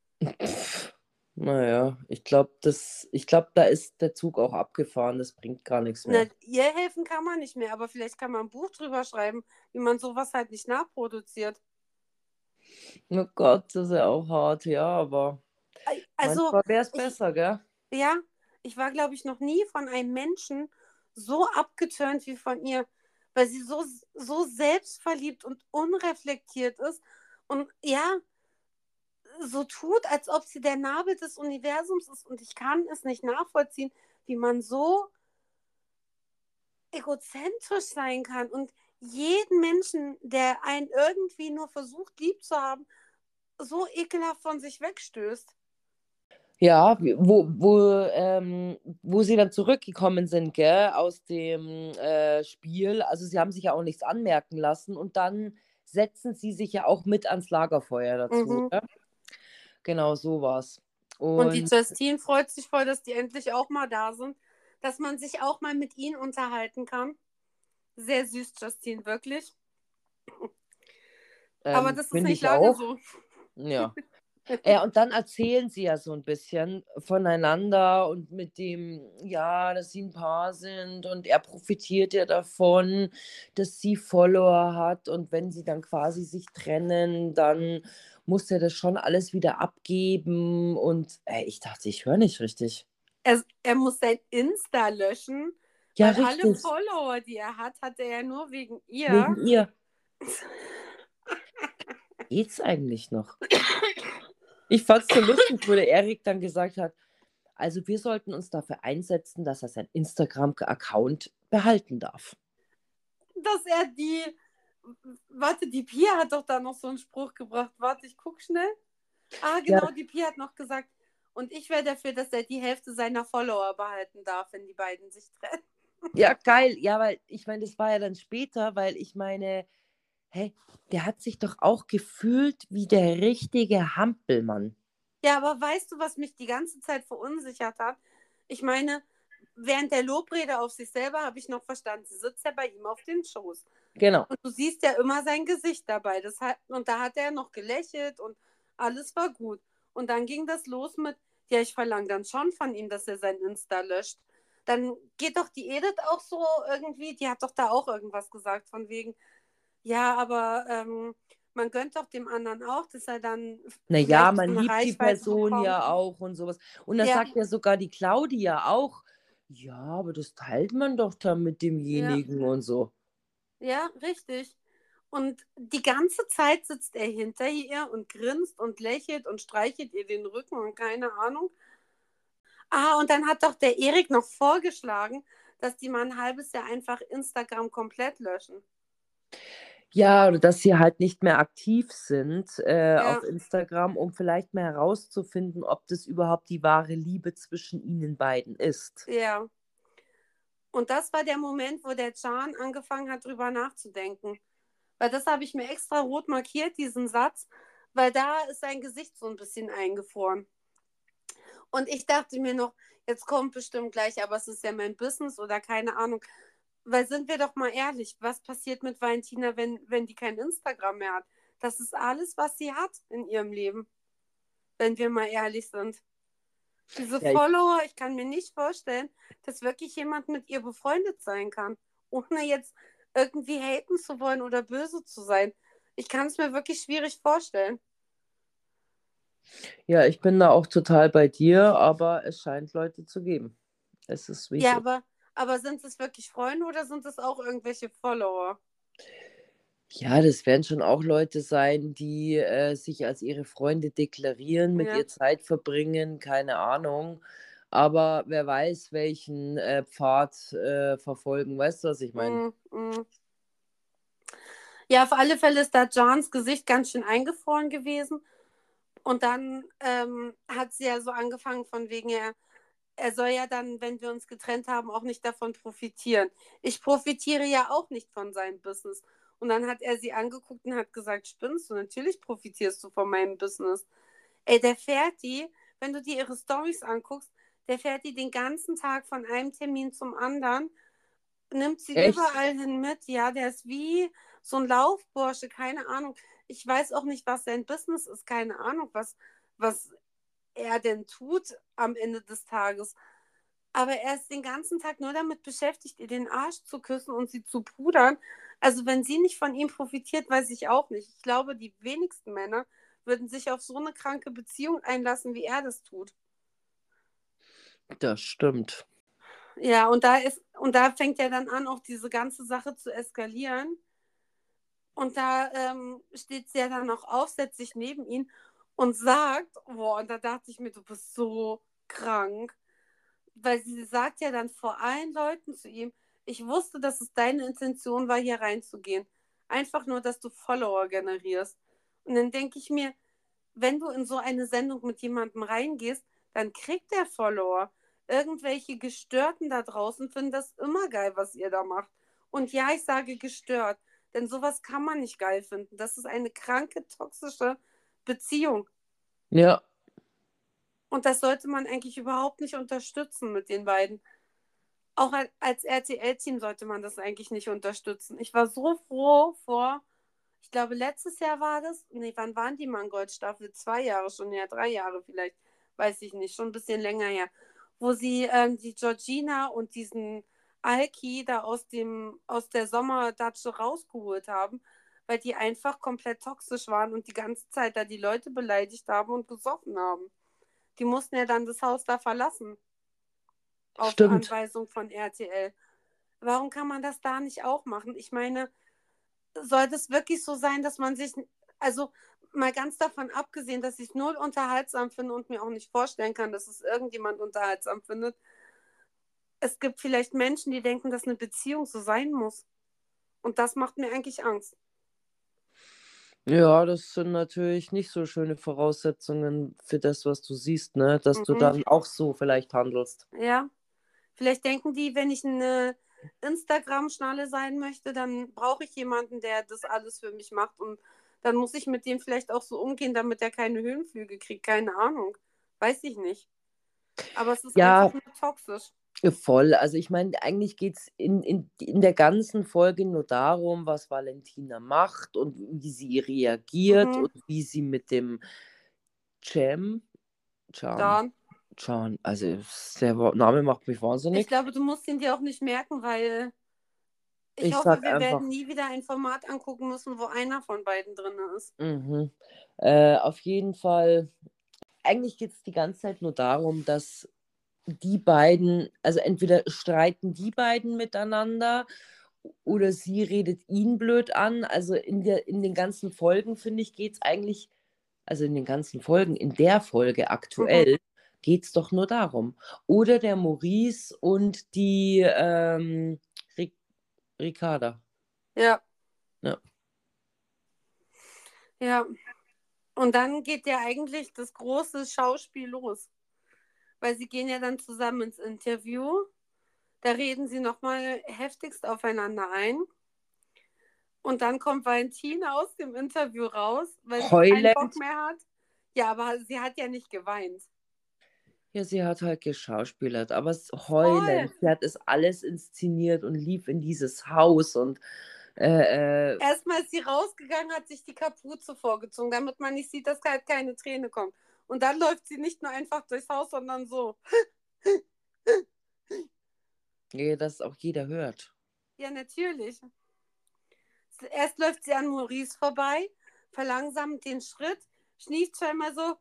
Naja, ich glaube, da ist der Zug auch abgefahren, das bringt gar nichts Na, mehr. ihr helfen kann man nicht mehr, aber vielleicht kann man ein Buch drüber schreiben, wie man sowas halt nicht nachproduziert. Oh Gott, das ist ja auch hart, ja, aber Also, manchmal wäre es ich, besser, gell? ja, ich war, glaube ich, noch nie von einem Menschen so abgeturnt wie von ihr, weil sie so selbstverliebt und unreflektiert ist und ja, so tut, als ob sie der Nabel des Universums ist. Und ich kann es nicht nachvollziehen, wie man so egozentrisch sein kann und jeden Menschen, der einen irgendwie nur versucht, lieb zu haben, so ekelhaft von sich wegstößt. Ja, wo sie dann zurückgekommen sind, gell, aus dem Spiel. Also sie haben sich ja auch nichts anmerken lassen und dann setzen sie sich ja auch mit ans Lagerfeuer dazu. Mhm. Gell? Genau, so war's. Und die Und Justine freut sich voll, dass die endlich auch mal da sind, dass man sich auch mal mit ihnen unterhalten kann. Sehr süß, Justine, wirklich. Aber das ist finde nicht ich lange auch. so. Ja. Ja, und dann erzählen sie ja so ein bisschen voneinander und mit dem, ja, dass sie ein Paar sind und er profitiert ja davon, dass sie Follower hat und wenn sie dann quasi sich trennen, dann muss er das schon alles wieder abgeben und ich dachte, ich höre nicht richtig. Er muss sein Insta löschen, Ja, weil alle richtig, Follower, die er hat er ja nur wegen ihr. wegen ihr. Geht's eigentlich noch? Ich fand's so lustig, wo der Erik dann gesagt hat, also wir sollten uns dafür einsetzen, dass er seinen Instagram-Account behalten darf. Dass er die. Warte, die Pia hat doch da noch so einen Spruch gebracht. Warte, ich guck schnell. Ah, Ja, genau, die Pia hat noch gesagt, und ich wäre dafür, dass er die Hälfte seiner Follower behalten darf, wenn die beiden sich trennen. ja, geil. Ja, weil ich meine, das war ja dann später, weil ich meine, hey, der hat sich doch auch gefühlt wie der richtige Hampelmann. Ja, aber weißt du, was mich die ganze Zeit verunsichert hat? Ich meine, während der Lobrede auf sich selber habe ich noch verstanden, sie sitzt ja bei ihm auf dem Schoß. Genau. Und du siehst ja immer sein Gesicht dabei. Und da hat er noch gelächelt und alles war gut. Und dann ging das los mit, ja, ich verlange dann schon von ihm, dass er sein Insta löscht. Dann geht doch die Edith auch so irgendwie, die hat doch da auch irgendwas gesagt, von wegen, ja, aber man gönnt doch dem anderen auch, dass er dann Naja, vielleicht man so eine liebt die Reichweite Person bekommt. ja auch und sowas. Und da Ja, sagt ja sogar die Claudia auch, ja, aber das teilt man doch dann mit ja, demjenigen und so. ja, richtig. Und die ganze Zeit sitzt er hinter ihr und grinst und lächelt und streichelt ihr den Rücken und keine Ahnung. Ah, und dann hat doch der Erik noch vorgeschlagen, dass die mal ein halbes Jahr einfach Instagram komplett löschen. Ja, oder dass sie halt nicht mehr aktiv sind Ja, auf Instagram, um vielleicht mehr herauszufinden, ob das überhaupt die wahre Liebe zwischen ihnen beiden ist. ja. Und das war der Moment, wo der Can angefangen hat, drüber nachzudenken. Weil das habe ich mir extra rot markiert, diesen Satz, weil da ist sein Gesicht so ein bisschen eingefroren. Und ich dachte mir noch, jetzt kommt bestimmt gleich, aber es ist ja mein Business oder keine Ahnung. Weil sind wir doch mal ehrlich, was passiert mit Valentina, wenn die kein Instagram mehr hat? Das ist alles, was sie hat in ihrem Leben, wenn wir mal ehrlich sind. Diese Ja, ich, Follower, ich kann mir nicht vorstellen, dass wirklich jemand mit ihr befreundet sein kann, ohne jetzt irgendwie haten zu wollen oder böse zu sein. Ich kann es mir wirklich schwierig vorstellen. ja, ich bin da auch total bei dir, aber es scheint Leute zu geben. Es ist, wie es Ja, ist. aber sind es wirklich Freunde oder sind es auch irgendwelche Follower? Ja, das werden schon auch Leute sein, die sich als ihre Freunde deklarieren, mit Ja. ihr Zeit verbringen, keine Ahnung. Aber wer weiß, welchen Pfad verfolgen. Weißt du, was ich meine? Mm, mm. Ja, auf alle Fälle ist da Johns Gesicht ganz schön eingefroren gewesen. Und dann hat sie ja so angefangen von wegen, er soll ja dann, wenn wir uns getrennt haben, auch nicht davon profitieren. Ich profitiere ja auch nicht von seinem Business. Und dann hat er sie angeguckt und hat gesagt, spinnst du? Natürlich profitierst du von meinem Business. Ey, der fährt die, wenn du dir ihre Stories anguckst, der fährt die den ganzen Tag von einem Termin zum anderen, nimmt sie Echt? überall hin mit. Ja, der ist wie so ein Laufbursche, keine Ahnung. Ich weiß auch nicht, was sein Business ist, keine Ahnung, was er denn tut am Ende des Tages. Aber er ist den ganzen Tag nur damit beschäftigt, ihr den Arsch zu küssen und sie zu pudern. Also wenn sie nicht von ihm profitiert, weiß ich auch nicht. Ich glaube, die wenigsten Männer würden sich auf so eine kranke Beziehung einlassen, wie er das tut. Das stimmt. Ja, und da fängt ja dann an, auch diese ganze Sache zu eskalieren. Und da steht sie ja dann auch auf, setzt sich neben ihn und sagt, boah, und da dachte ich mir, du bist so krank. Weil sie sagt ja dann vor allen Leuten zu ihm, ich wusste, dass es deine Intention war, hier reinzugehen. Einfach nur, dass du Follower generierst. Und dann denke ich mir, wenn du in so eine Sendung mit jemandem reingehst, dann kriegt der Follower. Irgendwelche Gestörten da draußen finden das immer geil, was ihr da macht. Und ja, ich sage gestört, denn sowas kann man nicht geil finden. Das ist eine kranke, toxische Beziehung. Ja, Und das sollte man eigentlich überhaupt nicht unterstützen mit den beiden. Auch als RTL-Team sollte man das eigentlich nicht unterstützen. Ich war so froh ich glaube, letztes Jahr war das. Nee, wann waren die Mangold-Staffel? 2 Jahre schon her, 3 Jahre vielleicht. Weiß ich nicht, schon ein bisschen länger her. Wo sie die Georgina und diesen Alki da aus der Sommerdatsche rausgeholt haben, weil die einfach komplett toxisch waren und die ganze Zeit da die Leute beleidigt haben und gesoffen haben. Die mussten ja dann das Haus da verlassen, auf stimmt. Anweisung von RTL. Warum kann man das da nicht auch machen? Ich meine, soll das wirklich so sein, dass man sich, also mal ganz davon abgesehen, dass ich es null unterhaltsam finde und mir auch nicht vorstellen kann, dass es irgendjemand unterhaltsam findet. Es gibt vielleicht Menschen, die denken, dass eine Beziehung so sein muss. Und das macht mir eigentlich Angst. Ja, das sind natürlich nicht so schöne Voraussetzungen für das, was du siehst, ne? Dass du Mhm. dann auch so vielleicht handelst. Ja, vielleicht denken die, wenn ich eine Instagram-Schnalle sein möchte, dann brauche ich jemanden, der das alles für mich macht. Und dann muss ich mit dem vielleicht auch so umgehen, damit er keine Höhenflüge kriegt. Keine Ahnung. Weiß ich nicht. Aber es ist einfach Ja, nur toxisch. voll. Also ich meine, eigentlich geht es in der ganzen Folge nur darum, was Valentina macht und wie sie reagiert Mhm. und wie sie mit dem Cem, Can, Dann. Can, also der Name macht mich Ich wahnsinnig. glaube, du musst ihn dir auch nicht merken, weil ich Ich hoffe, sag wir werden einfach, nie wieder ein Format angucken müssen, wo einer von beiden drin ist. mhm. Auf jeden Fall, eigentlich geht es die ganze Zeit nur darum, dass die beiden, also entweder streiten die beiden miteinander oder sie redet ihn blöd an. Also in den ganzen Folgen, finde ich, geht es eigentlich, also in den ganzen Folgen, in der Folge Mhm. aktuell, geht es doch nur darum. Oder der Maurice und die Ricarda. Ja, Ja. ja. Und dann geht ja eigentlich das große Schauspiel los. Weil sie gehen ja dann zusammen ins Interview. Da reden sie nochmal heftigst aufeinander ein. Und dann kommt Valentina aus dem Interview raus, weil sie keinen Bock Heulend. mehr hat. Ja, aber sie hat ja nicht geweint. Ja, sie hat halt geschauspielert, aber Voll. heulend. Sie hat es alles inszeniert und lief in dieses Haus und Erstmal ist sie rausgegangen, hat sich die Kapuze vorgezogen, damit man nicht sieht, dass halt keine Träne kommt. Und dann läuft sie nicht nur einfach durchs Haus, sondern so. ja, dass auch jeder hört. Ja, natürlich. Erst läuft sie an Maurice vorbei, verlangsamt den Schritt, schnieft zweimal so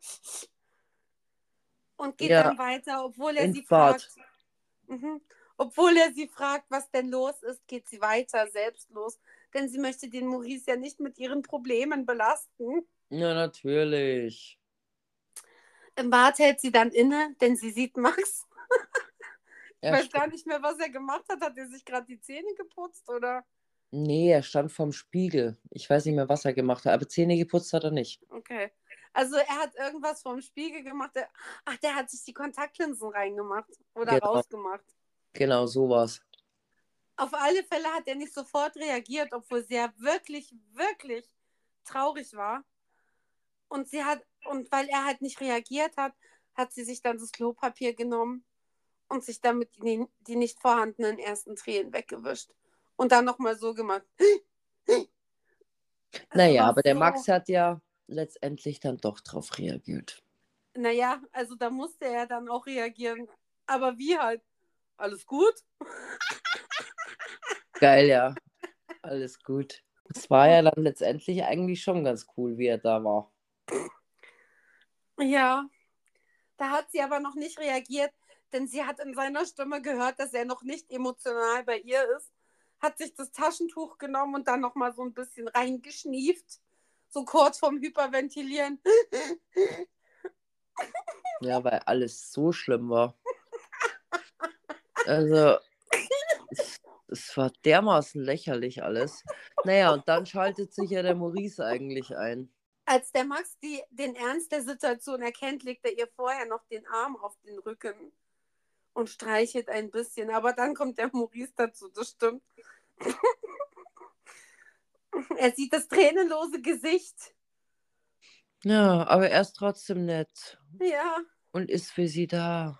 und geht Ja, dann weiter, obwohl er ins sie Bad. fragt. Obwohl er sie fragt, was denn los ist, geht sie weiter, selbstlos. Denn sie möchte den Maurice ja nicht mit ihren Problemen belasten. Ja, natürlich. Im Bad hält sie dann inne, denn sie sieht Max. Ich Er weiß gar stand, nicht mehr, was er gemacht hat. Hat er sich gerade die Zähne geputzt oder? nee, er stand vorm Spiegel. Ich weiß nicht mehr, was er gemacht hat, aber Zähne geputzt hat er nicht. Okay. Also er hat irgendwas vorm Spiegel gemacht. Ach, der hat sich die Kontaktlinsen reingemacht oder Genau, rausgemacht. genau, sowas. Auf alle Fälle hat er nicht sofort reagiert, obwohl sie ja wirklich, wirklich traurig war. Und weil er halt nicht reagiert hat, hat sie sich dann das Klopapier genommen und sich damit die nicht vorhandenen ersten Tränen weggewischt. Und dann nochmal so gemacht. Es Naja, war aber der so. Max hat ja letztendlich dann doch drauf reagiert. Naja, also da musste er dann auch reagieren. Aber wie halt? Alles gut? Geil, ja. Alles gut. Es war ja dann letztendlich eigentlich schon ganz cool, wie er da war. Ja, da hat sie aber noch nicht reagiert, denn sie hat in seiner Stimme gehört, dass er noch nicht emotional bei ihr ist, hat sich das Taschentuch genommen und dann nochmal so ein bisschen reingeschnieft, so kurz vorm Hyperventilieren. Ja, weil alles so schlimm war. Also, es war dermaßen lächerlich alles. Naja, und dann schaltet sich ja der Maurice eigentlich ein. Als der Max den Ernst der Situation erkennt, legt er ihr vorher noch den Arm auf den Rücken und streichelt ein bisschen. Aber dann kommt der Maurice dazu, das stimmt. Er sieht das tränenlose Gesicht. Ja, aber er ist trotzdem nett Ja, und ist für sie da.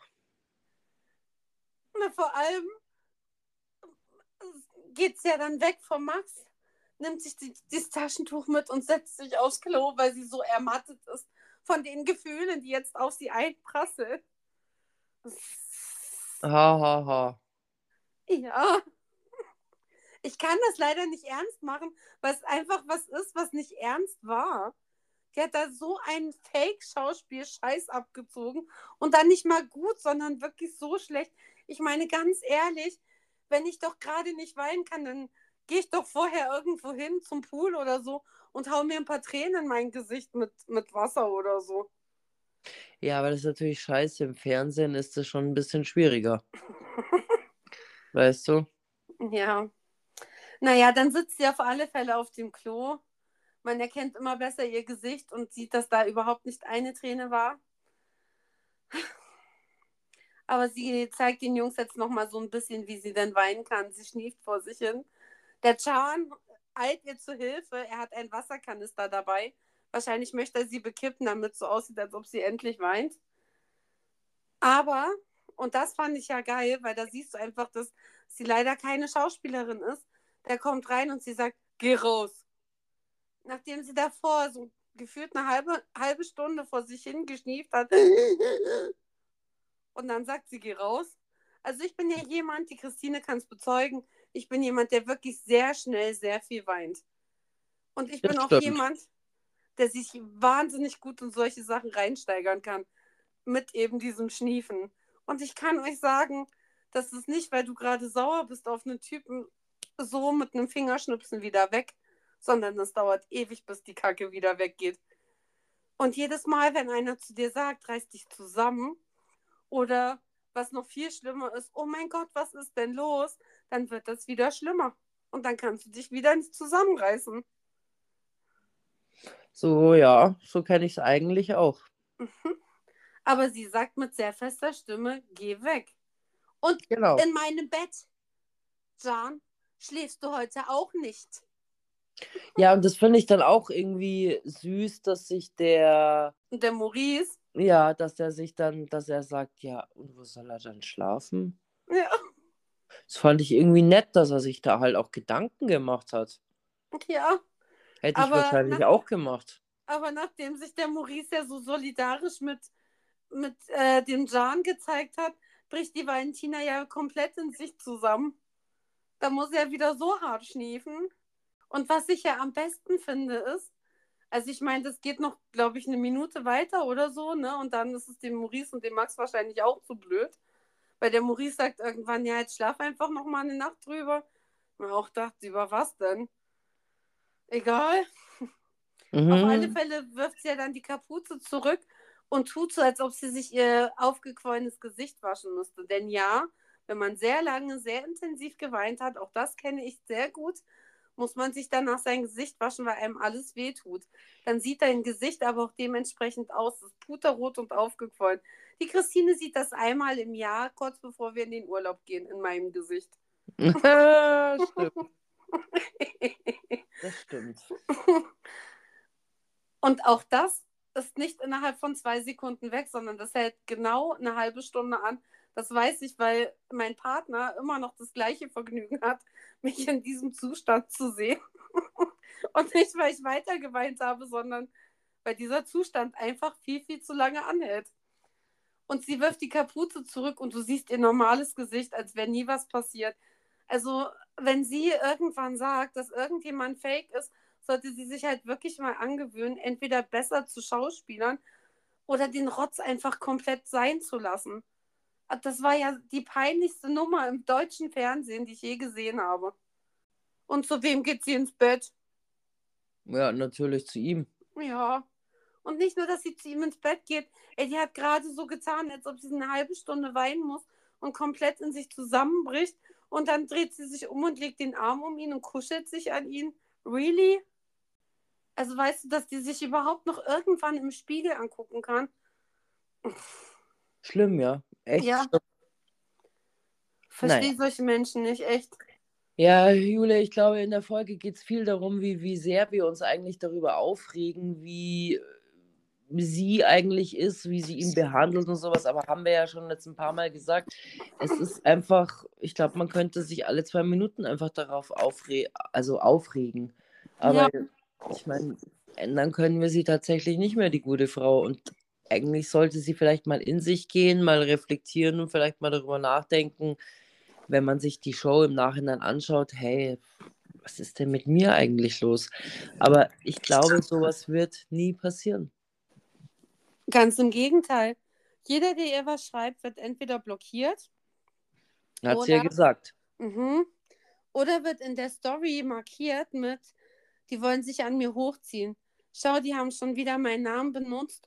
vor allem geht es ja dann weg vom Max, nimmt sich das Taschentuch mit und setzt sich aufs Klo, weil sie so ermattet ist von den Gefühlen, die jetzt auf sie einprasseln. Ha, ha, ha. Ja, ich kann das leider nicht ernst machen, weil es einfach was ist, was nicht ernst war. Die hat da so einen Fake-Schauspiel-Scheiß abgezogen und dann nicht mal gut, sondern wirklich so schlecht. Ich meine, ganz ehrlich, wenn ich doch gerade nicht weinen kann, dann gehe ich doch vorher irgendwo hin zum Pool oder so und hau mir ein paar Tränen in mein Gesicht mit Wasser oder so. Ja, aber das ist natürlich scheiße. Im Fernsehen ist das schon ein bisschen schwieriger. Weißt du? Ja. Naja, dann sitzt sie auf alle Fälle auf dem Klo. Man erkennt immer besser ihr Gesicht und sieht, dass da überhaupt nicht eine Träne war. Aber sie zeigt den Jungs jetzt nochmal so ein bisschen, wie sie denn weinen kann. Sie schnieft vor sich hin. Der Chan eilt ihr zu Hilfe. Er hat einen Wasserkanister dabei. Wahrscheinlich möchte er sie bekippen, damit es so aussieht, als ob sie endlich weint. Aber, und das fand ich ja geil, weil da siehst du einfach, dass sie leider keine Schauspielerin ist. Der kommt rein und sie sagt, geh raus. Nachdem sie davor so gefühlt eine halbe Stunde vor sich hingeschnieft hat. Und dann sagt sie, geh raus. Also ich bin ja jemand, die Christine kann es bezeugen, ich bin jemand, der wirklich sehr schnell sehr viel weint. Und ich Das bin auch stimmt. jemand, der sich wahnsinnig gut in solche Sachen reinsteigern kann. Mit eben diesem Schniefen. Und ich kann euch sagen, das ist nicht, weil du gerade sauer bist auf einen Typen, so mit einem Fingerschnipsen wieder weg, sondern es dauert ewig, bis die Kacke wieder weggeht. Und jedes Mal, wenn einer zu dir sagt, reiß dich zusammen, oder was noch viel schlimmer ist, oh mein Gott, was ist denn los? Dann wird das wieder schlimmer. Und dann kannst du dich wieder nicht zusammenreißen. So, ja, so kenne ich es eigentlich auch. Aber sie sagt mit sehr fester Stimme, geh weg. Und Genau. in meinem Bett, Jan, schläfst du heute auch nicht? Ja, und das finde ich dann auch irgendwie süß, dass sich Und der Maurice, dass er sagt, ja, und wo soll er dann schlafen? ja, Das fand ich irgendwie nett, dass er sich da halt auch Gedanken gemacht hat. ja, Hätte ich aber, wahrscheinlich auch gemacht. aber nachdem sich der Maurice ja so solidarisch mit dem Jan gezeigt hat, bricht die Valentina ja komplett in sich zusammen. Da muss er wieder so hart schniefen. Und was ich ja am besten finde, ist, also ich meine, das geht noch, glaube ich, eine Minute weiter oder so, ne? Und dann ist es dem Maurice und dem Max wahrscheinlich auch zu blöd. Weil der Maurice sagt irgendwann, ja, jetzt schlaf einfach noch mal eine Nacht drüber. Und auch dachte, über was denn? Egal. Auf alle Mhm. Fälle wirft sie ja dann die Kapuze zurück und tut so, als ob sie sich ihr aufgequollenes Gesicht waschen müsste. Denn ja, wenn man sehr lange, sehr intensiv geweint hat, auch das kenne ich sehr gut, muss man sich danach sein Gesicht waschen, weil einem alles wehtut. Dann sieht dein Gesicht aber auch dementsprechend aus. Das ist puterrot und aufgequollen. Die Christine sieht das einmal im Jahr, kurz bevor wir in den Urlaub gehen, in meinem Gesicht. Stimmt, das stimmt. Und auch das ist nicht innerhalb von 2 Sekunden weg, sondern das hält genau eine halbe Stunde an. Das weiß ich, weil mein Partner immer noch das gleiche Vergnügen hat, mich in diesem Zustand zu sehen. Und nicht, weil ich weiter geweint habe, sondern weil dieser Zustand einfach viel, viel zu lange anhält. Und sie wirft die Kapuze zurück und du siehst ihr normales Gesicht, als wäre nie was passiert. Also, wenn sie irgendwann sagt, dass irgendjemand fake ist, sollte sie sich halt wirklich mal angewöhnen, entweder besser zu Schauspielern oder den Rotz einfach komplett sein zu lassen. Das war ja die peinlichste Nummer im deutschen Fernsehen, die ich je gesehen habe. Und zu wem geht sie ins Bett? Ja, natürlich zu ihm. Ja. Und nicht nur, dass sie zu ihm ins Bett geht, ey, die hat gerade so getan, als ob sie eine halbe Stunde weinen muss und komplett in sich zusammenbricht. Und dann dreht sie sich um und legt den Arm um ihn und kuschelt sich an ihn. Really? Also weißt du, dass die sich überhaupt noch irgendwann im Spiegel angucken kann? Schlimm, ja. Echt Ja, schlimm. Naja. verstehe solche Menschen nicht, echt. Ja, Jule, ich glaube, in der Folge geht es viel darum, wie sehr wir uns eigentlich darüber aufregen, wie sie eigentlich ist, wie sie ihn behandelt und sowas. Aber haben wir ja schon jetzt ein paar Mal gesagt, es ist einfach, ich glaube, man könnte sich alle 2 Minuten einfach darauf aufregen. Aber Ja, ich meine, ändern können wir sie tatsächlich nicht mehr, die gute Frau. Und eigentlich sollte sie vielleicht mal in sich gehen, mal reflektieren und vielleicht mal darüber nachdenken, wenn man sich die Show im Nachhinein anschaut, hey, was ist denn mit mir eigentlich los? Aber ich glaube, sowas wird nie passieren. ganz im Gegenteil. Jeder, der ihr was schreibt, wird entweder blockiert Hat sie ja oder, gesagt. mhm, oder wird in der Story markiert mit, die wollen sich an mir hochziehen. Schau, die haben schon wieder meinen Namen benutzt,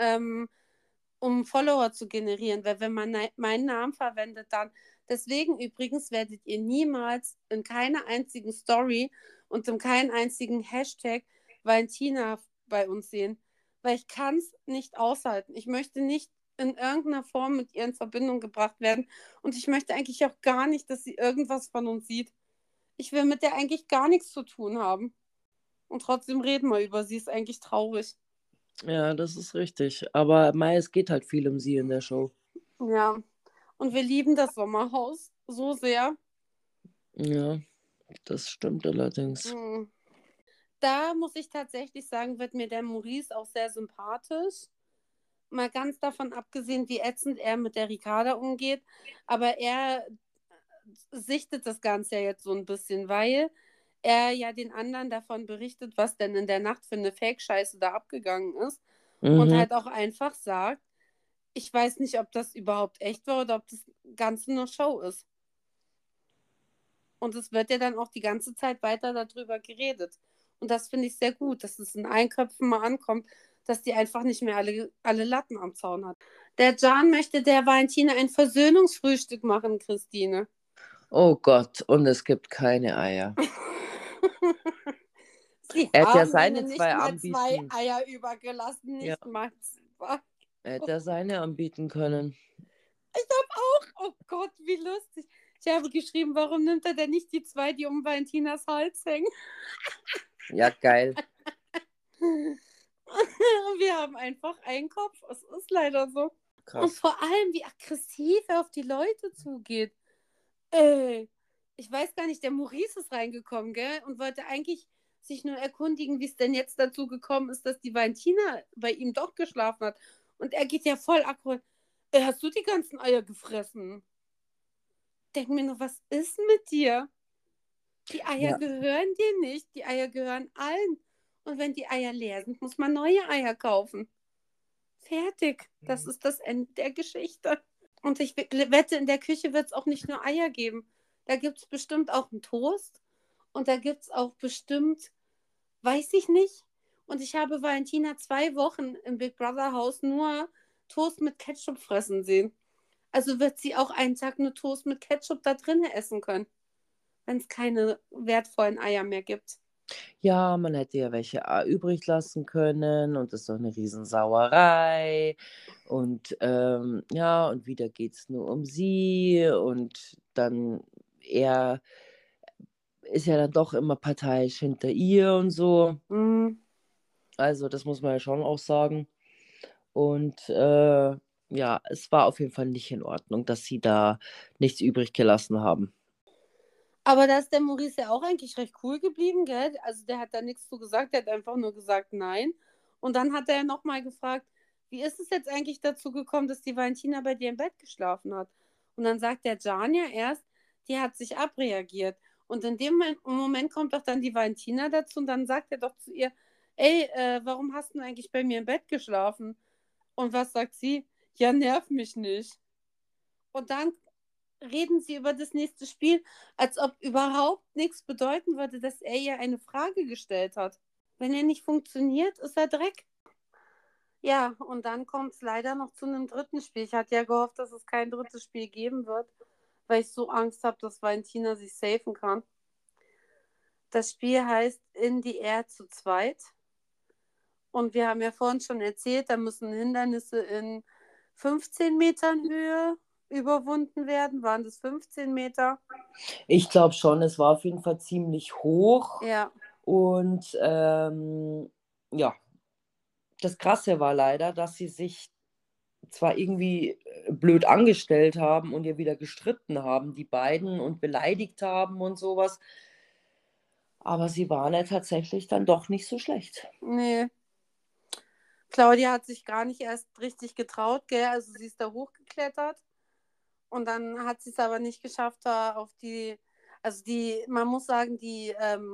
um Follower zu generieren. Weil wenn man meinen Namen verwendet, dann. Deswegen übrigens werdet ihr niemals in keiner einzigen Story und in keinem einzigen Hashtag Valentina bei uns sehen. Weil ich kann es nicht aushalten. Ich möchte nicht in irgendeiner Form mit ihr in Verbindung gebracht werden. Und ich möchte eigentlich auch gar nicht, dass sie irgendwas von uns sieht. Ich will mit der eigentlich gar nichts zu tun haben. Und trotzdem reden wir über sie. Ist eigentlich traurig. Ja, das ist richtig. Aber Mai, es geht halt viel um sie in der Show. Ja. Und wir lieben das Sommerhaus so sehr. Ja, das stimmt allerdings. Hm. Da muss ich tatsächlich sagen, wird mir der Maurice auch sehr sympathisch. Mal ganz davon abgesehen, wie ätzend er mit der Ricarda umgeht. Aber er sichtet das Ganze ja jetzt so ein bisschen, weil er ja den anderen davon berichtet, was denn in der Nacht für eine Fake-Scheiße da abgegangen ist. Und Mhm. halt auch einfach sagt, ich weiß nicht, ob das überhaupt echt war oder ob das Ganze nur Show ist. Und es wird ja dann auch die ganze Zeit weiter darüber geredet. Und das finde ich sehr gut, dass es in allen Köpfen mal ankommt, dass die einfach nicht mehr alle Latten am Zaun hat. Der Jan möchte der Valentina ein Versöhnungsfrühstück machen, Christine. Oh Gott, und es gibt keine Eier. Sie Er hat ja haben seine ihnen nicht zwei mal 2 anbieten. Eier übergelassen, Ja, nicht mal 2. er hätte ja seine anbieten können. Ich habe auch, oh Gott, wie lustig. Ich habe geschrieben, warum nimmt er denn nicht die 2, die um Valentinas Hals hängen? Ja, geil. Wir haben einfach einen Kopf. Es ist leider so. Und Krass. vor allem, wie aggressiv er auf die Leute zugeht. Ey, ich weiß gar nicht, der Maurice ist reingekommen, gell? Und wollte eigentlich sich nur erkundigen, wie es denn jetzt dazu gekommen ist, dass die Valentina bei ihm doch geschlafen hat. Und er geht ja voll aggro. Hast du die ganzen Eier gefressen? Denk mir nur, was ist mit dir? Die Eier Ja. gehören dir nicht. Die Eier gehören allen. Und wenn die Eier leer sind, muss man neue Eier kaufen. Fertig. Das ist das Ende der Geschichte. Und ich wette, in der Küche wird es auch nicht nur Eier geben. Da gibt es bestimmt auch einen Toast. Und da gibt es auch bestimmt, weiß ich nicht. Und ich habe Valentina 2 Wochen im Big Brother Haus nur Toast mit Ketchup fressen sehen. Also wird sie auch einen Tag nur Toast mit Ketchup da drinnen essen können, wenn es keine wertvollen Eier mehr gibt. Ja, man hätte ja welche übrig lassen können und das ist doch eine Riesensauerei. Und ja, und wieder geht es nur um sie und dann er ist ja dann doch immer parteiisch hinter ihr und so. Mm. Also das muss man ja schon auch sagen. Und ja, es war auf jeden Fall nicht in Ordnung, dass sie da nichts übrig gelassen haben. Aber da ist der Maurice ja auch eigentlich recht cool geblieben, gell? Also der hat da nichts zu gesagt, der hat einfach nur gesagt nein. Und dann hat er ja nochmal gefragt, wie ist es jetzt eigentlich dazu gekommen, dass die Valentina bei dir im Bett geschlafen hat? Und dann sagt der Can ja erst, die hat sich abreagiert. Und in dem Moment kommt doch dann die Valentina dazu und dann sagt er doch zu ihr, ey, warum hast du eigentlich bei mir im Bett geschlafen? Und was sagt sie? Ja, nerv mich nicht. Und dann reden sie über das nächste Spiel, als ob überhaupt nichts bedeuten würde, dass er ihr eine Frage gestellt hat. Wenn er nicht funktioniert, ist er Dreck. Ja, und dann kommt es leider noch zu einem dritten Spiel. Ich hatte ja gehofft, dass es kein drittes Spiel geben wird, weil ich so Angst habe, dass Valentina sich safen kann. Das Spiel heißt In the Air zu zweit. Und wir haben ja vorhin schon erzählt, da müssen Hindernisse in 15 Metern Höhe überwunden werden. Waren das 15 Meter? Ich glaube schon, es war auf jeden Fall ziemlich hoch. Ja. Und ja, das Krasse war leider, dass sie sich zwar irgendwie blöd angestellt haben und ihr wieder gestritten haben, die beiden, und beleidigt haben und sowas. Aber sie waren ja tatsächlich dann doch nicht so schlecht. Nee. Claudia hat sich gar nicht erst richtig getraut, gell? Also sie ist da hochgeklettert und dann hat sie es aber nicht geschafft, da auf die, also die, man muss sagen, die,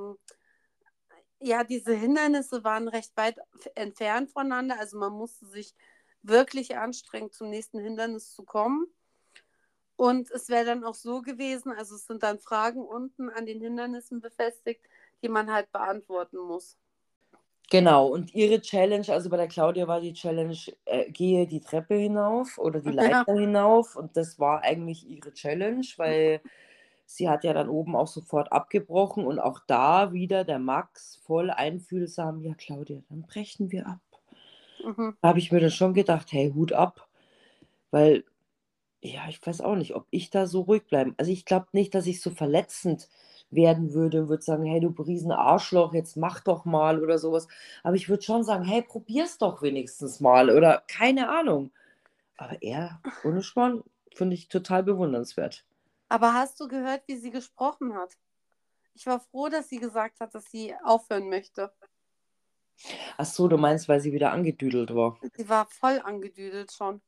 ja, diese Hindernisse waren recht weit entfernt voneinander. Also man musste sich wirklich anstrengen, zum nächsten Hindernis zu kommen. Und es wäre dann auch so gewesen, also es sind dann Fragen unten an den Hindernissen befestigt, die man halt beantworten muss. Genau, und ihre Challenge, also bei der Claudia war die Challenge, gehe die Treppe hinauf oder die Ja. Leiter hinauf, und das war eigentlich ihre Challenge, weil sie hat ja dann oben auch sofort abgebrochen und auch da wieder der Max voll einfühlsam, ja Claudia, dann brechen wir ab. Mhm. Da habe ich mir dann schon gedacht, hey, Hut ab, weil, ja, ich weiß auch nicht, ob ich da so ruhig bleiben. Also ich glaube nicht, dass ich so verletzend werden würde und würde sagen, hey, du riesen Arschloch, jetzt mach doch mal oder sowas. Aber ich würde schon sagen, hey, probier's doch wenigstens mal oder keine Ahnung. Aber er, ohne Schmarrn, finde ich total bewundernswert. Aber hast du gehört, wie sie gesprochen hat? Ich war froh, dass sie gesagt hat, dass sie aufhören möchte. Ach so, du meinst, weil sie wieder angedüdelt war. Sie war voll angedüdelt schon.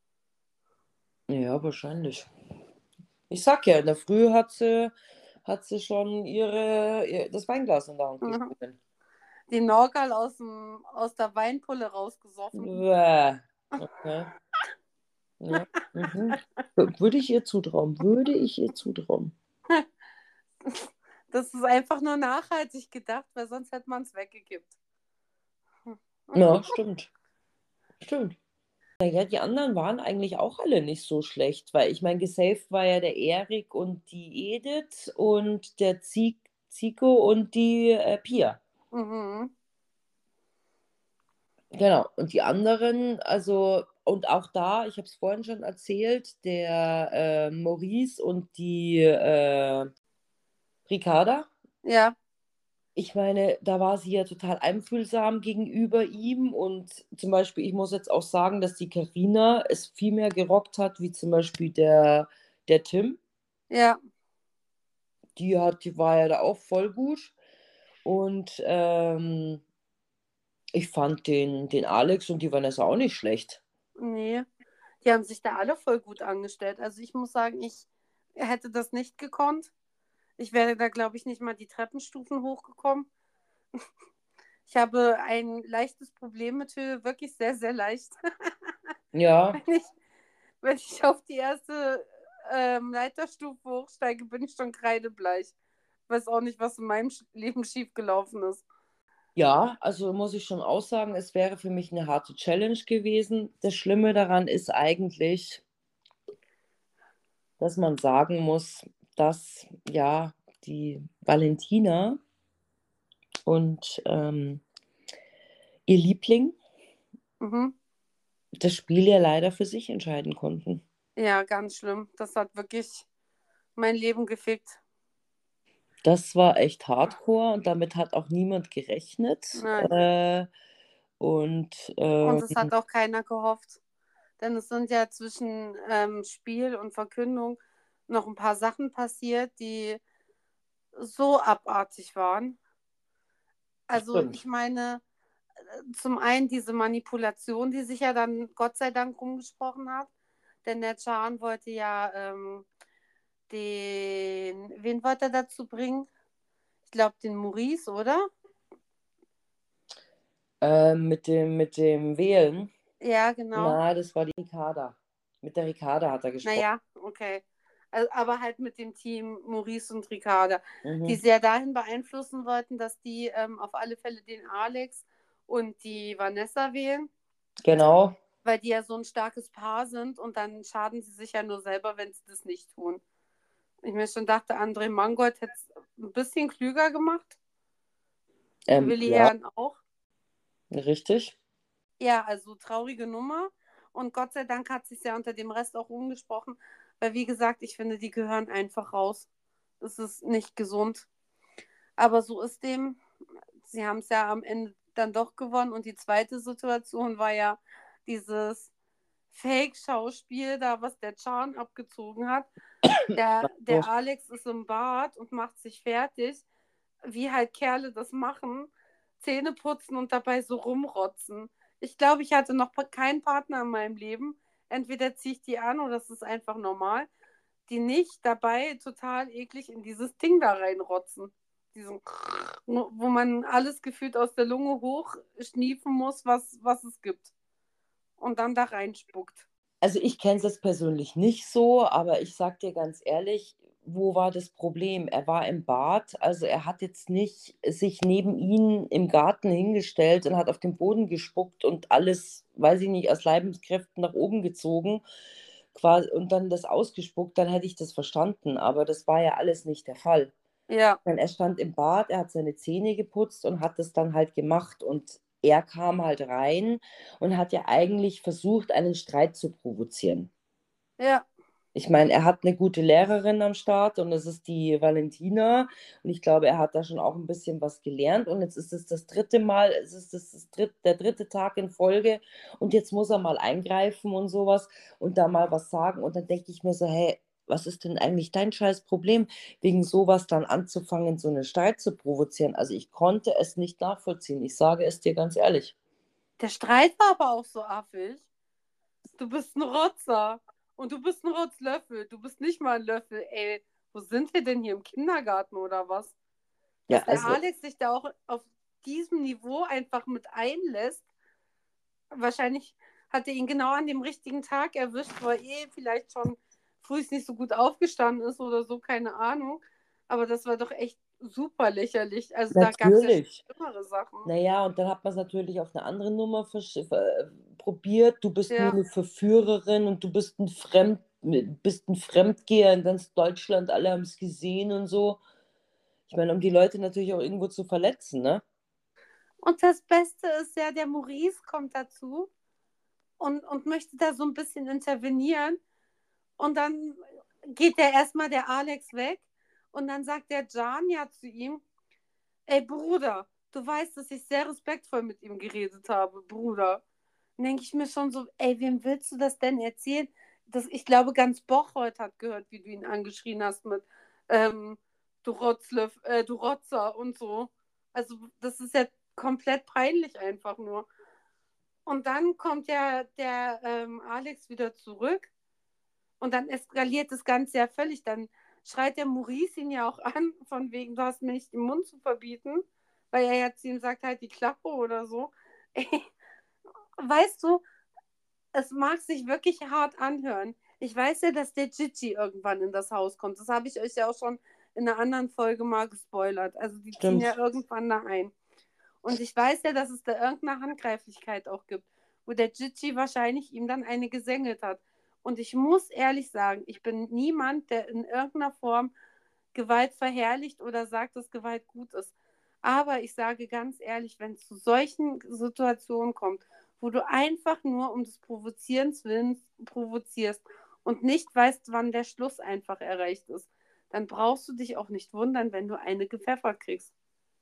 Ja, wahrscheinlich. Ich sag ja, in der Früh hat sie schon das Weinglas in der Hand Mhm. geschwungen. Den Norgal aus der Weinpulle rausgesoffen. Bäh. Okay. Ja. Mhm. Würde ich ihr zutrauen. Würde ich ihr zutrauen. Das ist einfach nur nachhaltig gedacht, weil sonst hätte man es weggekippt. Ja, stimmt. Stimmt. Ja, die anderen waren eigentlich auch alle nicht so schlecht, weil ich meine, gesaved war ja der Erik und die Edith und der Zico und die Pia. Mhm. Genau. Und die anderen, also, und auch da, ich habe es vorhin schon erzählt, der Maurice und die Ricarda, Ja. ich meine, da war sie ja total einfühlsam gegenüber ihm und zum Beispiel, ich muss jetzt auch sagen, dass die Carina es viel mehr gerockt hat, wie zum Beispiel der Tim. Ja, Die war ja da auch voll gut. Und ich fand den Alex und die Vanessa auch nicht schlecht. nee. Die haben sich da alle voll gut angestellt. Also ich muss sagen, ich hätte das nicht gekonnt. Ich wäre da, glaube ich, nicht mal die Treppenstufen hochgekommen. Ich habe ein leichtes Problem mit Höhe, wirklich sehr, sehr leicht. Ja, Wenn ich, wenn ich auf die erste Leiterstufe hochsteige, bin ich schon kreidebleich. Weiß auch nicht, was in meinem Leben schiefgelaufen ist. ja, also muss ich schon auch sagen, es wäre für mich eine harte Challenge gewesen. Das Schlimme daran ist eigentlich, dass man sagen muss, dass ja die Valentina und ihr Liebling Mhm. das Spiel ja leider für sich entscheiden konnten. Ja, ganz schlimm. Das hat wirklich mein Leben gefickt. Das war echt hardcore und damit hat auch niemand gerechnet. Nein. Und Und es hat auch keiner gehofft. Denn es sind ja zwischen Spiel und Verkündung noch ein paar Sachen passiert, die so abartig waren. Also ich stimmt. meine, zum einen diese Manipulation, die sich ja dann Gott sei Dank rumgesprochen hat. Denn der Can wollte ja wen wollte er dazu bringen? Ich glaube, den Maurice, oder? Mit dem Wählen, Ja, genau. na, das war die Ricarda. Mit der Ricarda hat er gesprochen. Naja, okay. Also, aber halt mit dem Team Maurice und Ricarda, die Mhm. sehr dahin beeinflussen wollten, dass die auf alle Fälle den Alex und die Vanessa wählen, Genau, weil die ja so ein starkes Paar sind und dann schaden sie sich ja nur selber, wenn sie das nicht tun. Ich mir schon dachte, André Mangold hätte es ein bisschen klüger gemacht. Willi ja, Herrn auch. richtig. Ja, also traurige Nummer. Und Gott sei Dank hat sich ja unter dem Rest auch umgesprochen, weil wie gesagt, ich finde, die gehören einfach raus. Das ist nicht gesund. Aber so ist dem. Sie haben es ja am Ende dann doch gewonnen. Und die zweite Situation war ja dieses Fake-Schauspiel da, was der Can abgezogen hat. Der So. Alex ist im Bad und macht sich fertig, wie halt Kerle das machen, Zähne putzen und dabei so rumrotzen. Ich glaube, ich hatte noch keinen Partner in meinem Leben. Entweder ziehe ich die an oder es ist einfach normal, die nicht dabei total eklig in dieses Ding da reinrotzen. Diesen, wo man alles gefühlt aus der Lunge hochschniefen muss, was es gibt. Und dann da reinspuckt. Also ich kenne es jetzt persönlich nicht so, aber ich sag dir ganz ehrlich, wo war das Problem? Er war im Bad, also er hat jetzt nicht sich neben ihn im Garten hingestellt und hat auf den Boden gespuckt und alles, weiß ich nicht, aus Leibeskräften nach oben gezogen quasi, und dann das ausgespuckt, dann hätte ich das verstanden, aber das war ja alles nicht der Fall. Ja, Dann er stand im Bad, er hat seine Zähne geputzt und hat das dann halt gemacht. Und er kam halt rein und hat ja eigentlich versucht, einen Streit zu provozieren. ja, Ich meine, er hat eine gute Lehrerin am Start und das ist die Valentina. Und ich glaube, er hat da schon auch ein bisschen was gelernt. Und jetzt ist es das dritte Mal, es ist der dritte Tag in Folge. Und jetzt muss er mal eingreifen und sowas und da mal was sagen. Und dann denke ich mir so, hey, was ist denn eigentlich dein scheiß Problem, wegen sowas dann anzufangen, so einen Streit zu provozieren? Also ich konnte es nicht nachvollziehen. Ich sage es dir ganz ehrlich. der Streit war aber auch so affig. Du bist ein Rotzer. Und du bist ein Rotzlöffel. Du bist nicht mal ein Löffel. Ey, wo sind wir denn hier im Kindergarten oder was? Ja, Dass der also Alex sich da auch auf diesem Niveau einfach mit einlässt. Wahrscheinlich hat er ihn genau an dem richtigen Tag erwischt, wo er vielleicht schon früh nicht so gut aufgestanden ist oder so, keine Ahnung. Aber das war doch echt super lächerlich. Also da gab es ja natürlich. schlimmere Sachen. Naja, und dann hat man es natürlich auf eine andere Nummer probiert. Du bist nur Ja. eine Verführerin und du bist ein Fremdgeher in ganz Deutschland, alle haben es gesehen und so. Ich meine, um die Leute natürlich auch irgendwo zu verletzen, ne? Und das Beste ist ja, der Maurice kommt dazu und möchte da so ein bisschen intervenieren. Und dann geht der erstmal der Alex weg und dann sagt der Can ja zu ihm, Ey, Bruder, du weißt, dass ich sehr respektvoll mit ihm geredet habe, Bruder. Dann denke ich mir schon so, ey, wem willst du das denn erzählen? Ich glaube, ganz Bocholt hat gehört, wie du ihn angeschrien hast mit du Rotzlöff, du Rotzer und so. Also, das ist ja komplett peinlich einfach nur. Und dann kommt ja der Alex wieder zurück und dann eskaliert das Ganze ja völlig. Dann schreit der Maurice ihn ja auch an, von wegen, du hast mir nicht den Mund zu verbieten, weil er ja zu ihm sagt, halt die Klappe oder so. Ey, weißt du, es mag sich wirklich hart anhören. Ich weiß ja, dass der Gigi irgendwann in das Haus kommt. Das habe ich euch ja auch schon in einer anderen Folge mal gespoilert. Also die ziehen ja Stimmt. irgendwann da ein. Und ich weiß ja, dass es da irgendeine Handgreiflichkeit auch gibt, wo der Gigi wahrscheinlich ihm dann eine gesengelt hat. Und ich muss ehrlich sagen, ich bin niemand, der in irgendeiner Form Gewalt verherrlicht oder sagt, dass Gewalt gut ist. Aber ich sage ganz ehrlich, wenn es zu solchen Situationen kommt, wo du einfach nur um des Provozierens willen provozierst und nicht weißt, wann der Schluss einfach erreicht ist, dann brauchst du dich auch nicht wundern, wenn du eine gepfeffert kriegst.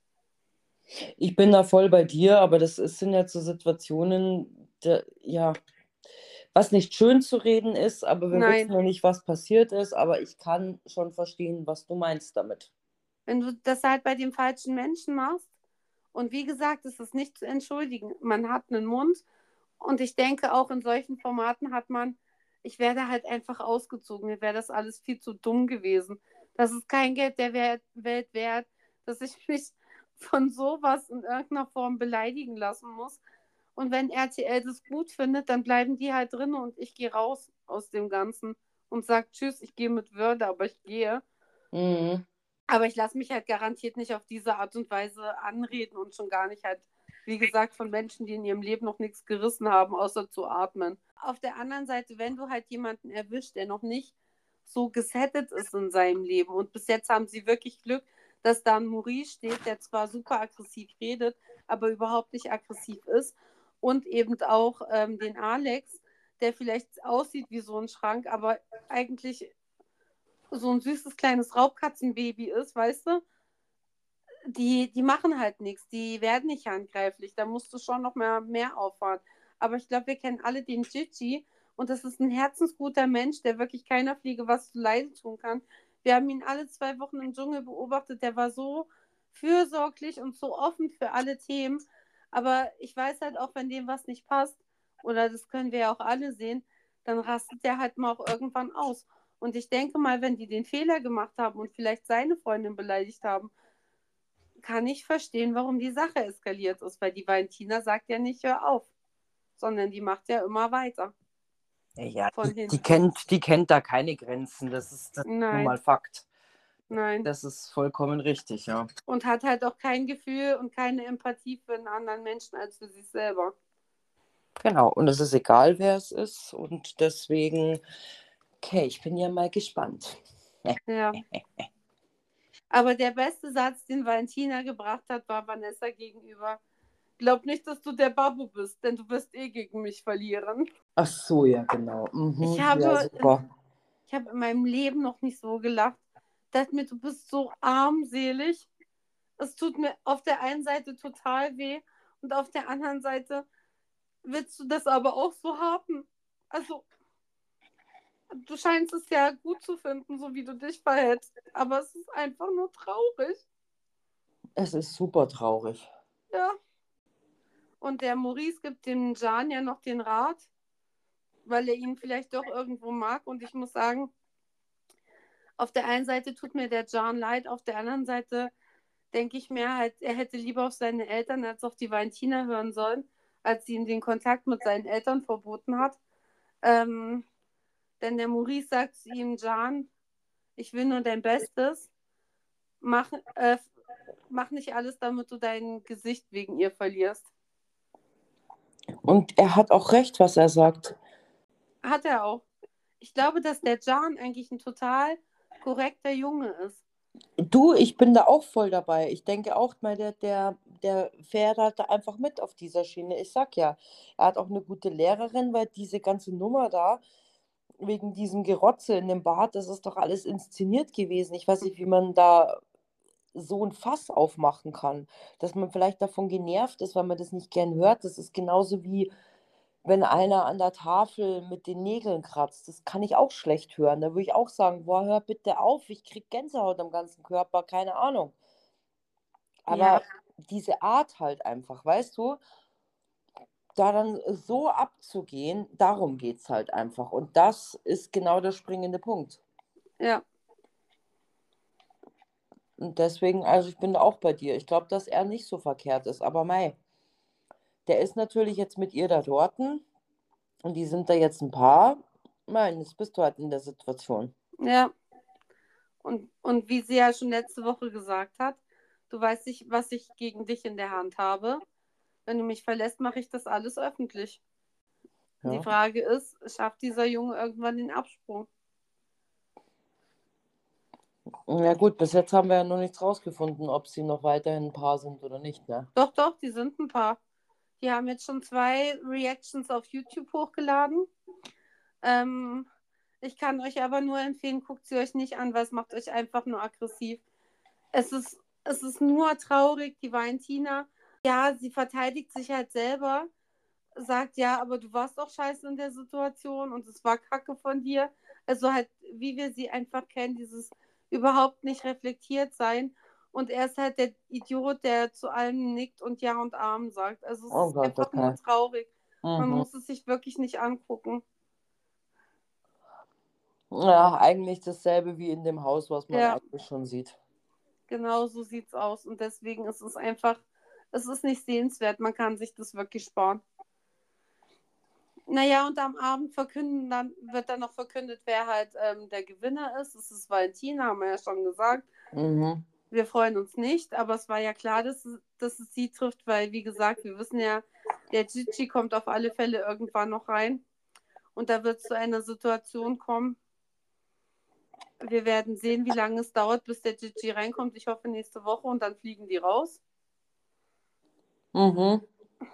Ich bin da voll bei dir, aber sind jetzt so Situationen, ja, was nicht schön zu reden ist, aber wir wissen Nein, noch nicht, was passiert ist, aber ich kann schon verstehen, was du meinst damit. wenn du das halt bei den falschen Menschen machst, und wie gesagt, es ist nicht zu entschuldigen. Man hat einen Mund und ich denke, auch in solchen Formaten hat man, ich wäre halt einfach ausgezogen. Mir wäre das alles viel zu dumm gewesen. Das ist kein Geld der Welt wert, dass ich mich von sowas in irgendeiner Form beleidigen lassen muss. Und wenn RTL das gut findet, dann bleiben die halt drin und ich gehe raus aus dem Ganzen und sage Tschüss, ich gehe mit Würde, aber ich gehe. Mhm. Aber ich lasse mich halt garantiert nicht auf diese Art und Weise anreden und schon gar nicht halt, wie gesagt, von Menschen, die in ihrem Leben noch nichts gerissen haben, außer zu atmen. Auf der anderen Seite, wenn du halt jemanden erwischt, der noch nicht so gesettet ist in seinem Leben und bis jetzt haben sie wirklich Glück, dass da ein Maurice steht, der zwar super aggressiv redet, aber überhaupt nicht aggressiv ist und eben auch den Alex, der vielleicht aussieht wie so ein Schrank, aber eigentlich so ein süßes kleines Raubkatzenbaby ist, weißt du, die machen halt nichts, die werden nicht handgreiflich, da musst du schon noch mehr auffahren. Aber ich glaube, wir kennen alle den Gigi und das ist ein herzensguter Mensch, der wirklich keiner Fliege was zu Leide tun kann. Wir haben ihn alle 2 Wochen im Dschungel beobachtet, der war so fürsorglich und so offen für alle Themen. Aber ich weiß halt auch, wenn dem was nicht passt, oder das können wir ja auch alle sehen, dann rastet der halt mal auch irgendwann aus. Und ich denke mal, wenn die den Fehler gemacht haben und vielleicht seine Freundin beleidigt haben, kann ich verstehen, warum die Sache eskaliert ist, weil die Valentina sagt ja nicht, hör auf, sondern die macht ja immer weiter Ja, von die kennt da keine Grenzen. Das ist nun Nein, mal Fakt. nein. Das ist vollkommen richtig, ja. Und hat halt auch kein Gefühl und keine Empathie für einen anderen Menschen als für sich selber. Genau. Und es ist egal, wer es ist. Und deswegen, okay, ich bin ja mal gespannt. Ja. Aber der beste Satz, den Valentina gebracht hat, war Vanessa gegenüber. Glaub nicht, dass du der Babu bist, denn du wirst eh gegen mich verlieren. Ach so, ja, genau. Ich Mhm. Ja, habe, super. ich habe in meinem Leben noch nicht so gelacht. Ich dachte mir, du bist so armselig. Es tut mir auf der einen Seite total weh und auf der anderen Seite willst du das aber auch so haben. Also, du scheinst es ja gut zu finden, so wie du dich verhältst, aber es ist einfach nur traurig. Es ist super traurig. Ja. Und der Maurice gibt dem Jan ja noch den Rat, weil er ihn vielleicht doch irgendwo mag. Und ich muss sagen, auf der einen Seite tut mir der Jan leid, auf der anderen Seite denke ich mir halt, er hätte lieber auf seine Eltern als auf die Valentina hören sollen, als sie ihm den Kontakt mit seinen Eltern verboten hat. Ähm, denn der Maurice sagt zu ihm, Jan, ich will nur dein Bestes. Mach, mach nicht alles, damit du dein Gesicht wegen ihr verlierst. Und er hat auch recht, was er sagt. Hat er auch. Ich glaube, dass der Jan eigentlich ein total korrekter Junge ist. Du, ich bin da auch voll dabei. Ich denke auch mal, der fährt halt da einfach mit auf dieser Schiene. Ich sag ja, er hat auch eine gute Lehrerin, weil diese ganze Nummer da, wegen diesem Gerotze in dem Bad, das ist doch alles inszeniert gewesen. Ich weiß nicht, wie man da so ein Fass aufmachen kann, dass man vielleicht davon genervt ist, weil man das nicht gern hört. Das ist genauso wie, wenn einer an der Tafel mit den Nägeln kratzt. Das kann ich auch schlecht hören. Da würde ich auch sagen: „Boah, hör bitte auf, ich kriege Gänsehaut am ganzen Körper“, keine Ahnung. Ja, Aber diese Art halt einfach, weißt du? Da dann so abzugehen, darum geht's halt einfach. Und das ist genau der springende Punkt. ja, Und deswegen, also ich bin da auch bei dir. Ich glaube, dass er nicht so verkehrt ist. Aber mei, der ist natürlich jetzt mit ihr da dorten und die sind da jetzt ein Paar. Mei, jetzt bist du halt in der Situation. ja. Und wie sie ja schon letzte Woche gesagt hat, du weißt nicht, was ich gegen dich in der Hand habe. Wenn du mich verlässt, mache ich das alles öffentlich. Die Ja. Frage ist, schafft dieser Junge irgendwann den Absprung? Ja gut, bis jetzt haben wir ja noch nichts rausgefunden, ob sie noch weiterhin ein Paar sind oder nicht, ne? Doch, doch, die sind ein Paar. Die haben jetzt schon 2 Reactions auf YouTube hochgeladen. Ähm, ich kann euch aber nur empfehlen, guckt sie euch nicht an, weil es macht euch einfach nur aggressiv. Es ist nur traurig, die Valentina. Ja, sie verteidigt sich halt selber, sagt, ja, aber du warst doch scheiße in der Situation und es war Kacke von dir. Also halt, wie wir sie einfach kennen, dieses überhaupt nicht reflektiert sein. Und er ist halt der Idiot, der zu allem nickt und Ja und Amen sagt. Also es Oh ist Gott, einfach nur okay. traurig. Man Mhm. muss es sich wirklich nicht angucken. Ja, eigentlich dasselbe wie in dem Haus, was man Ja, eigentlich schon sieht. genau so sieht's aus. Und deswegen ist es einfach, es ist nicht sehenswert. Man kann sich das wirklich sparen. Naja, und am Abend wird dann noch verkündet, wer halt der Gewinner ist. Es ist Valentina, haben wir ja schon gesagt. Mhm. Wir freuen uns nicht, aber es war ja klar, dass es sie trifft, weil, wie gesagt, wir wissen ja, der Gigi kommt auf alle Fälle irgendwann noch rein. Und da wird es zu einer Situation kommen. Wir werden sehen, wie lange es dauert, bis der Gigi reinkommt. Ich hoffe nächste Woche und dann fliegen die raus. Mhm.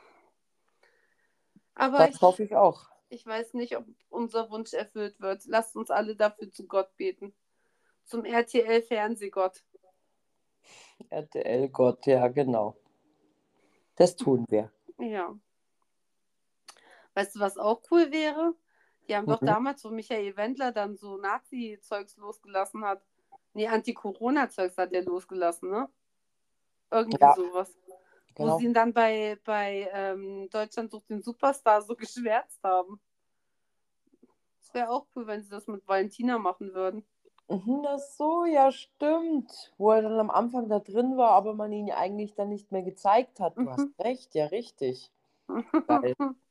Aber Das hoffe ich auch. ich weiß nicht, ob unser Wunsch erfüllt wird. Lasst uns alle dafür zu Gott beten. Zum RTL-Fernsehgott. RTL-Gott, ja, genau. Das tun wir. Ja. Weißt du, was auch cool wäre? Die haben doch Mhm. damals, wo Michael Wendler dann so Nazi-Zeugs losgelassen hat. Nee, Anti-Corona-Zeugs hat er losgelassen, ne? Irgendwie Ja, sowas. Wo sie genau. ihn dann bei Deutschland sucht den Superstar so geschwärzt haben. Das wäre auch cool, wenn sie das mit Valentina machen würden. Mhm, ach so, ja, stimmt. Wo er dann am Anfang da drin war, aber man ihn ja eigentlich dann nicht mehr gezeigt hat. Du hast Mhm. recht, ja, richtig. Geil.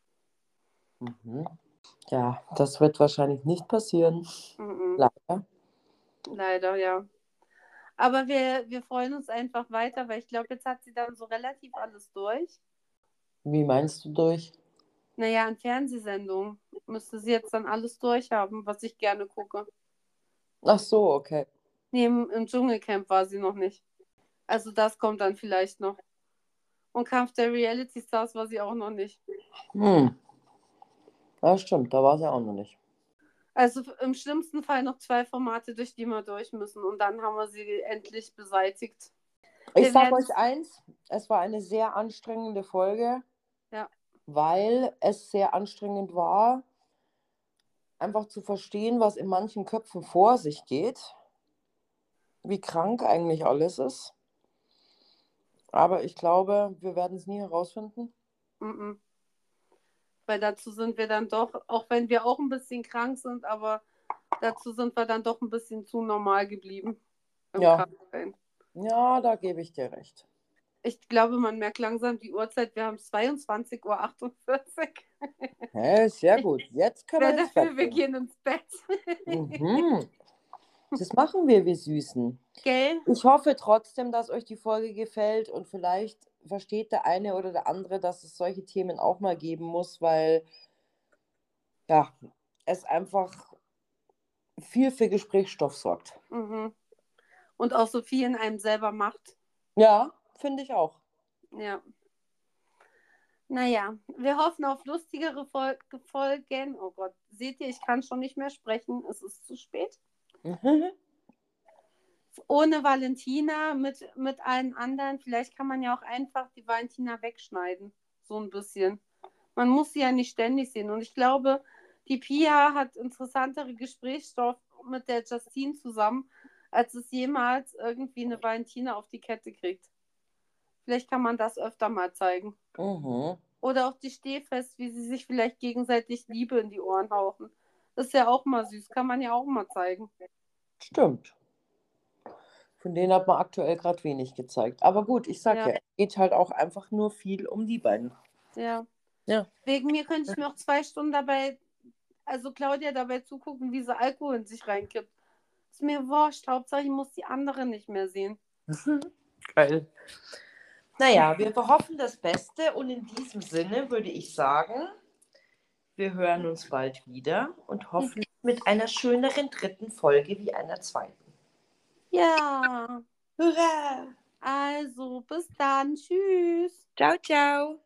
Mhm. Ja, das wird wahrscheinlich nicht passieren. Mhm. Leider. Leider, ja. Aber wir freuen uns einfach weiter, weil ich glaube, jetzt hat sie dann so relativ alles durch. Wie meinst du durch? Naja, an Fernsehsendungen müsste sie jetzt dann alles durchhaben, was ich gerne gucke. Ach so, okay. Nee, im Dschungelcamp war sie noch nicht. Also das kommt dann vielleicht noch. Und Kampf der Reality Stars war sie auch noch nicht. Hm. Ja, stimmt, da war sie auch noch nicht. Also im schlimmsten Fall noch 2 Formate, durch die wir durch müssen. Und dann haben wir sie endlich beseitigt. Ich Wir sage werden euch es. eins, es war eine sehr anstrengende Folge, Ja. weil es sehr anstrengend war, einfach zu verstehen, was in manchen Köpfen vor sich geht, wie krank eigentlich alles ist. Aber ich glaube, wir werden es nie herausfinden. Mhm. Weil dazu sind wir dann doch, auch wenn wir auch ein bisschen krank sind, aber dazu sind wir dann doch ein bisschen zu normal geblieben im Ja, Kranksein. ja, da gebe ich dir recht. Ich glaube, man merkt langsam die Uhrzeit. Wir haben 22:48 Uhr. Hä, sehr Ich gut. Jetzt können wäre wir ins Bett dafür, wir gehen. gehen ins Bett. Mhm. Das machen wir, wir Süßen. Gell? Ich hoffe trotzdem, dass euch die Folge gefällt und vielleicht versteht der eine oder der andere, dass es solche Themen auch mal geben muss, weil ja, es einfach viel für Gesprächsstoff sorgt. Mhm. Und auch so viel in einem selber macht. Ja, finde ich auch. Ja. Naja, wir hoffen auf lustigere Folgen. Oh Gott, seht ihr, ich kann schon nicht mehr sprechen. Es ist zu spät. Mhm. ohne Valentina, mit allen anderen. Vielleicht kann man ja auch einfach die Valentina wegschneiden. So ein bisschen. Man muss sie ja nicht ständig sehen. Und ich glaube, die Pia hat interessantere Gesprächsstoff mit der Justine zusammen, als es jemals irgendwie eine Valentina auf die Kette kriegt. Vielleicht kann man das öfter mal zeigen. Mhm. Oder auch die Stehfest, wie sie sich vielleicht gegenseitig Liebe in die Ohren hauchen. Das ist ja auch mal süß. Kann man ja auch mal zeigen. Stimmt. Von denen hat man aktuell gerade wenig gezeigt. Aber gut, ich sag Ja, ja, es geht halt auch einfach nur viel um die beiden. ja. Ja. Wegen mir könnte ich mir auch 2 Stunden dabei, also Claudia dabei zugucken, wie sie Alkohol in sich reinkippt. Ist mir wurscht. Hauptsache, ich muss die andere nicht mehr sehen. Geil. Naja, wir hoffen das Beste und in diesem Sinne würde ich sagen, wir hören uns bald wieder und hoffentlich mit einer schöneren dritten Folge wie einer zweiten. Ja, Hurra! also bis dann. Tschüss. Ciao, ciao!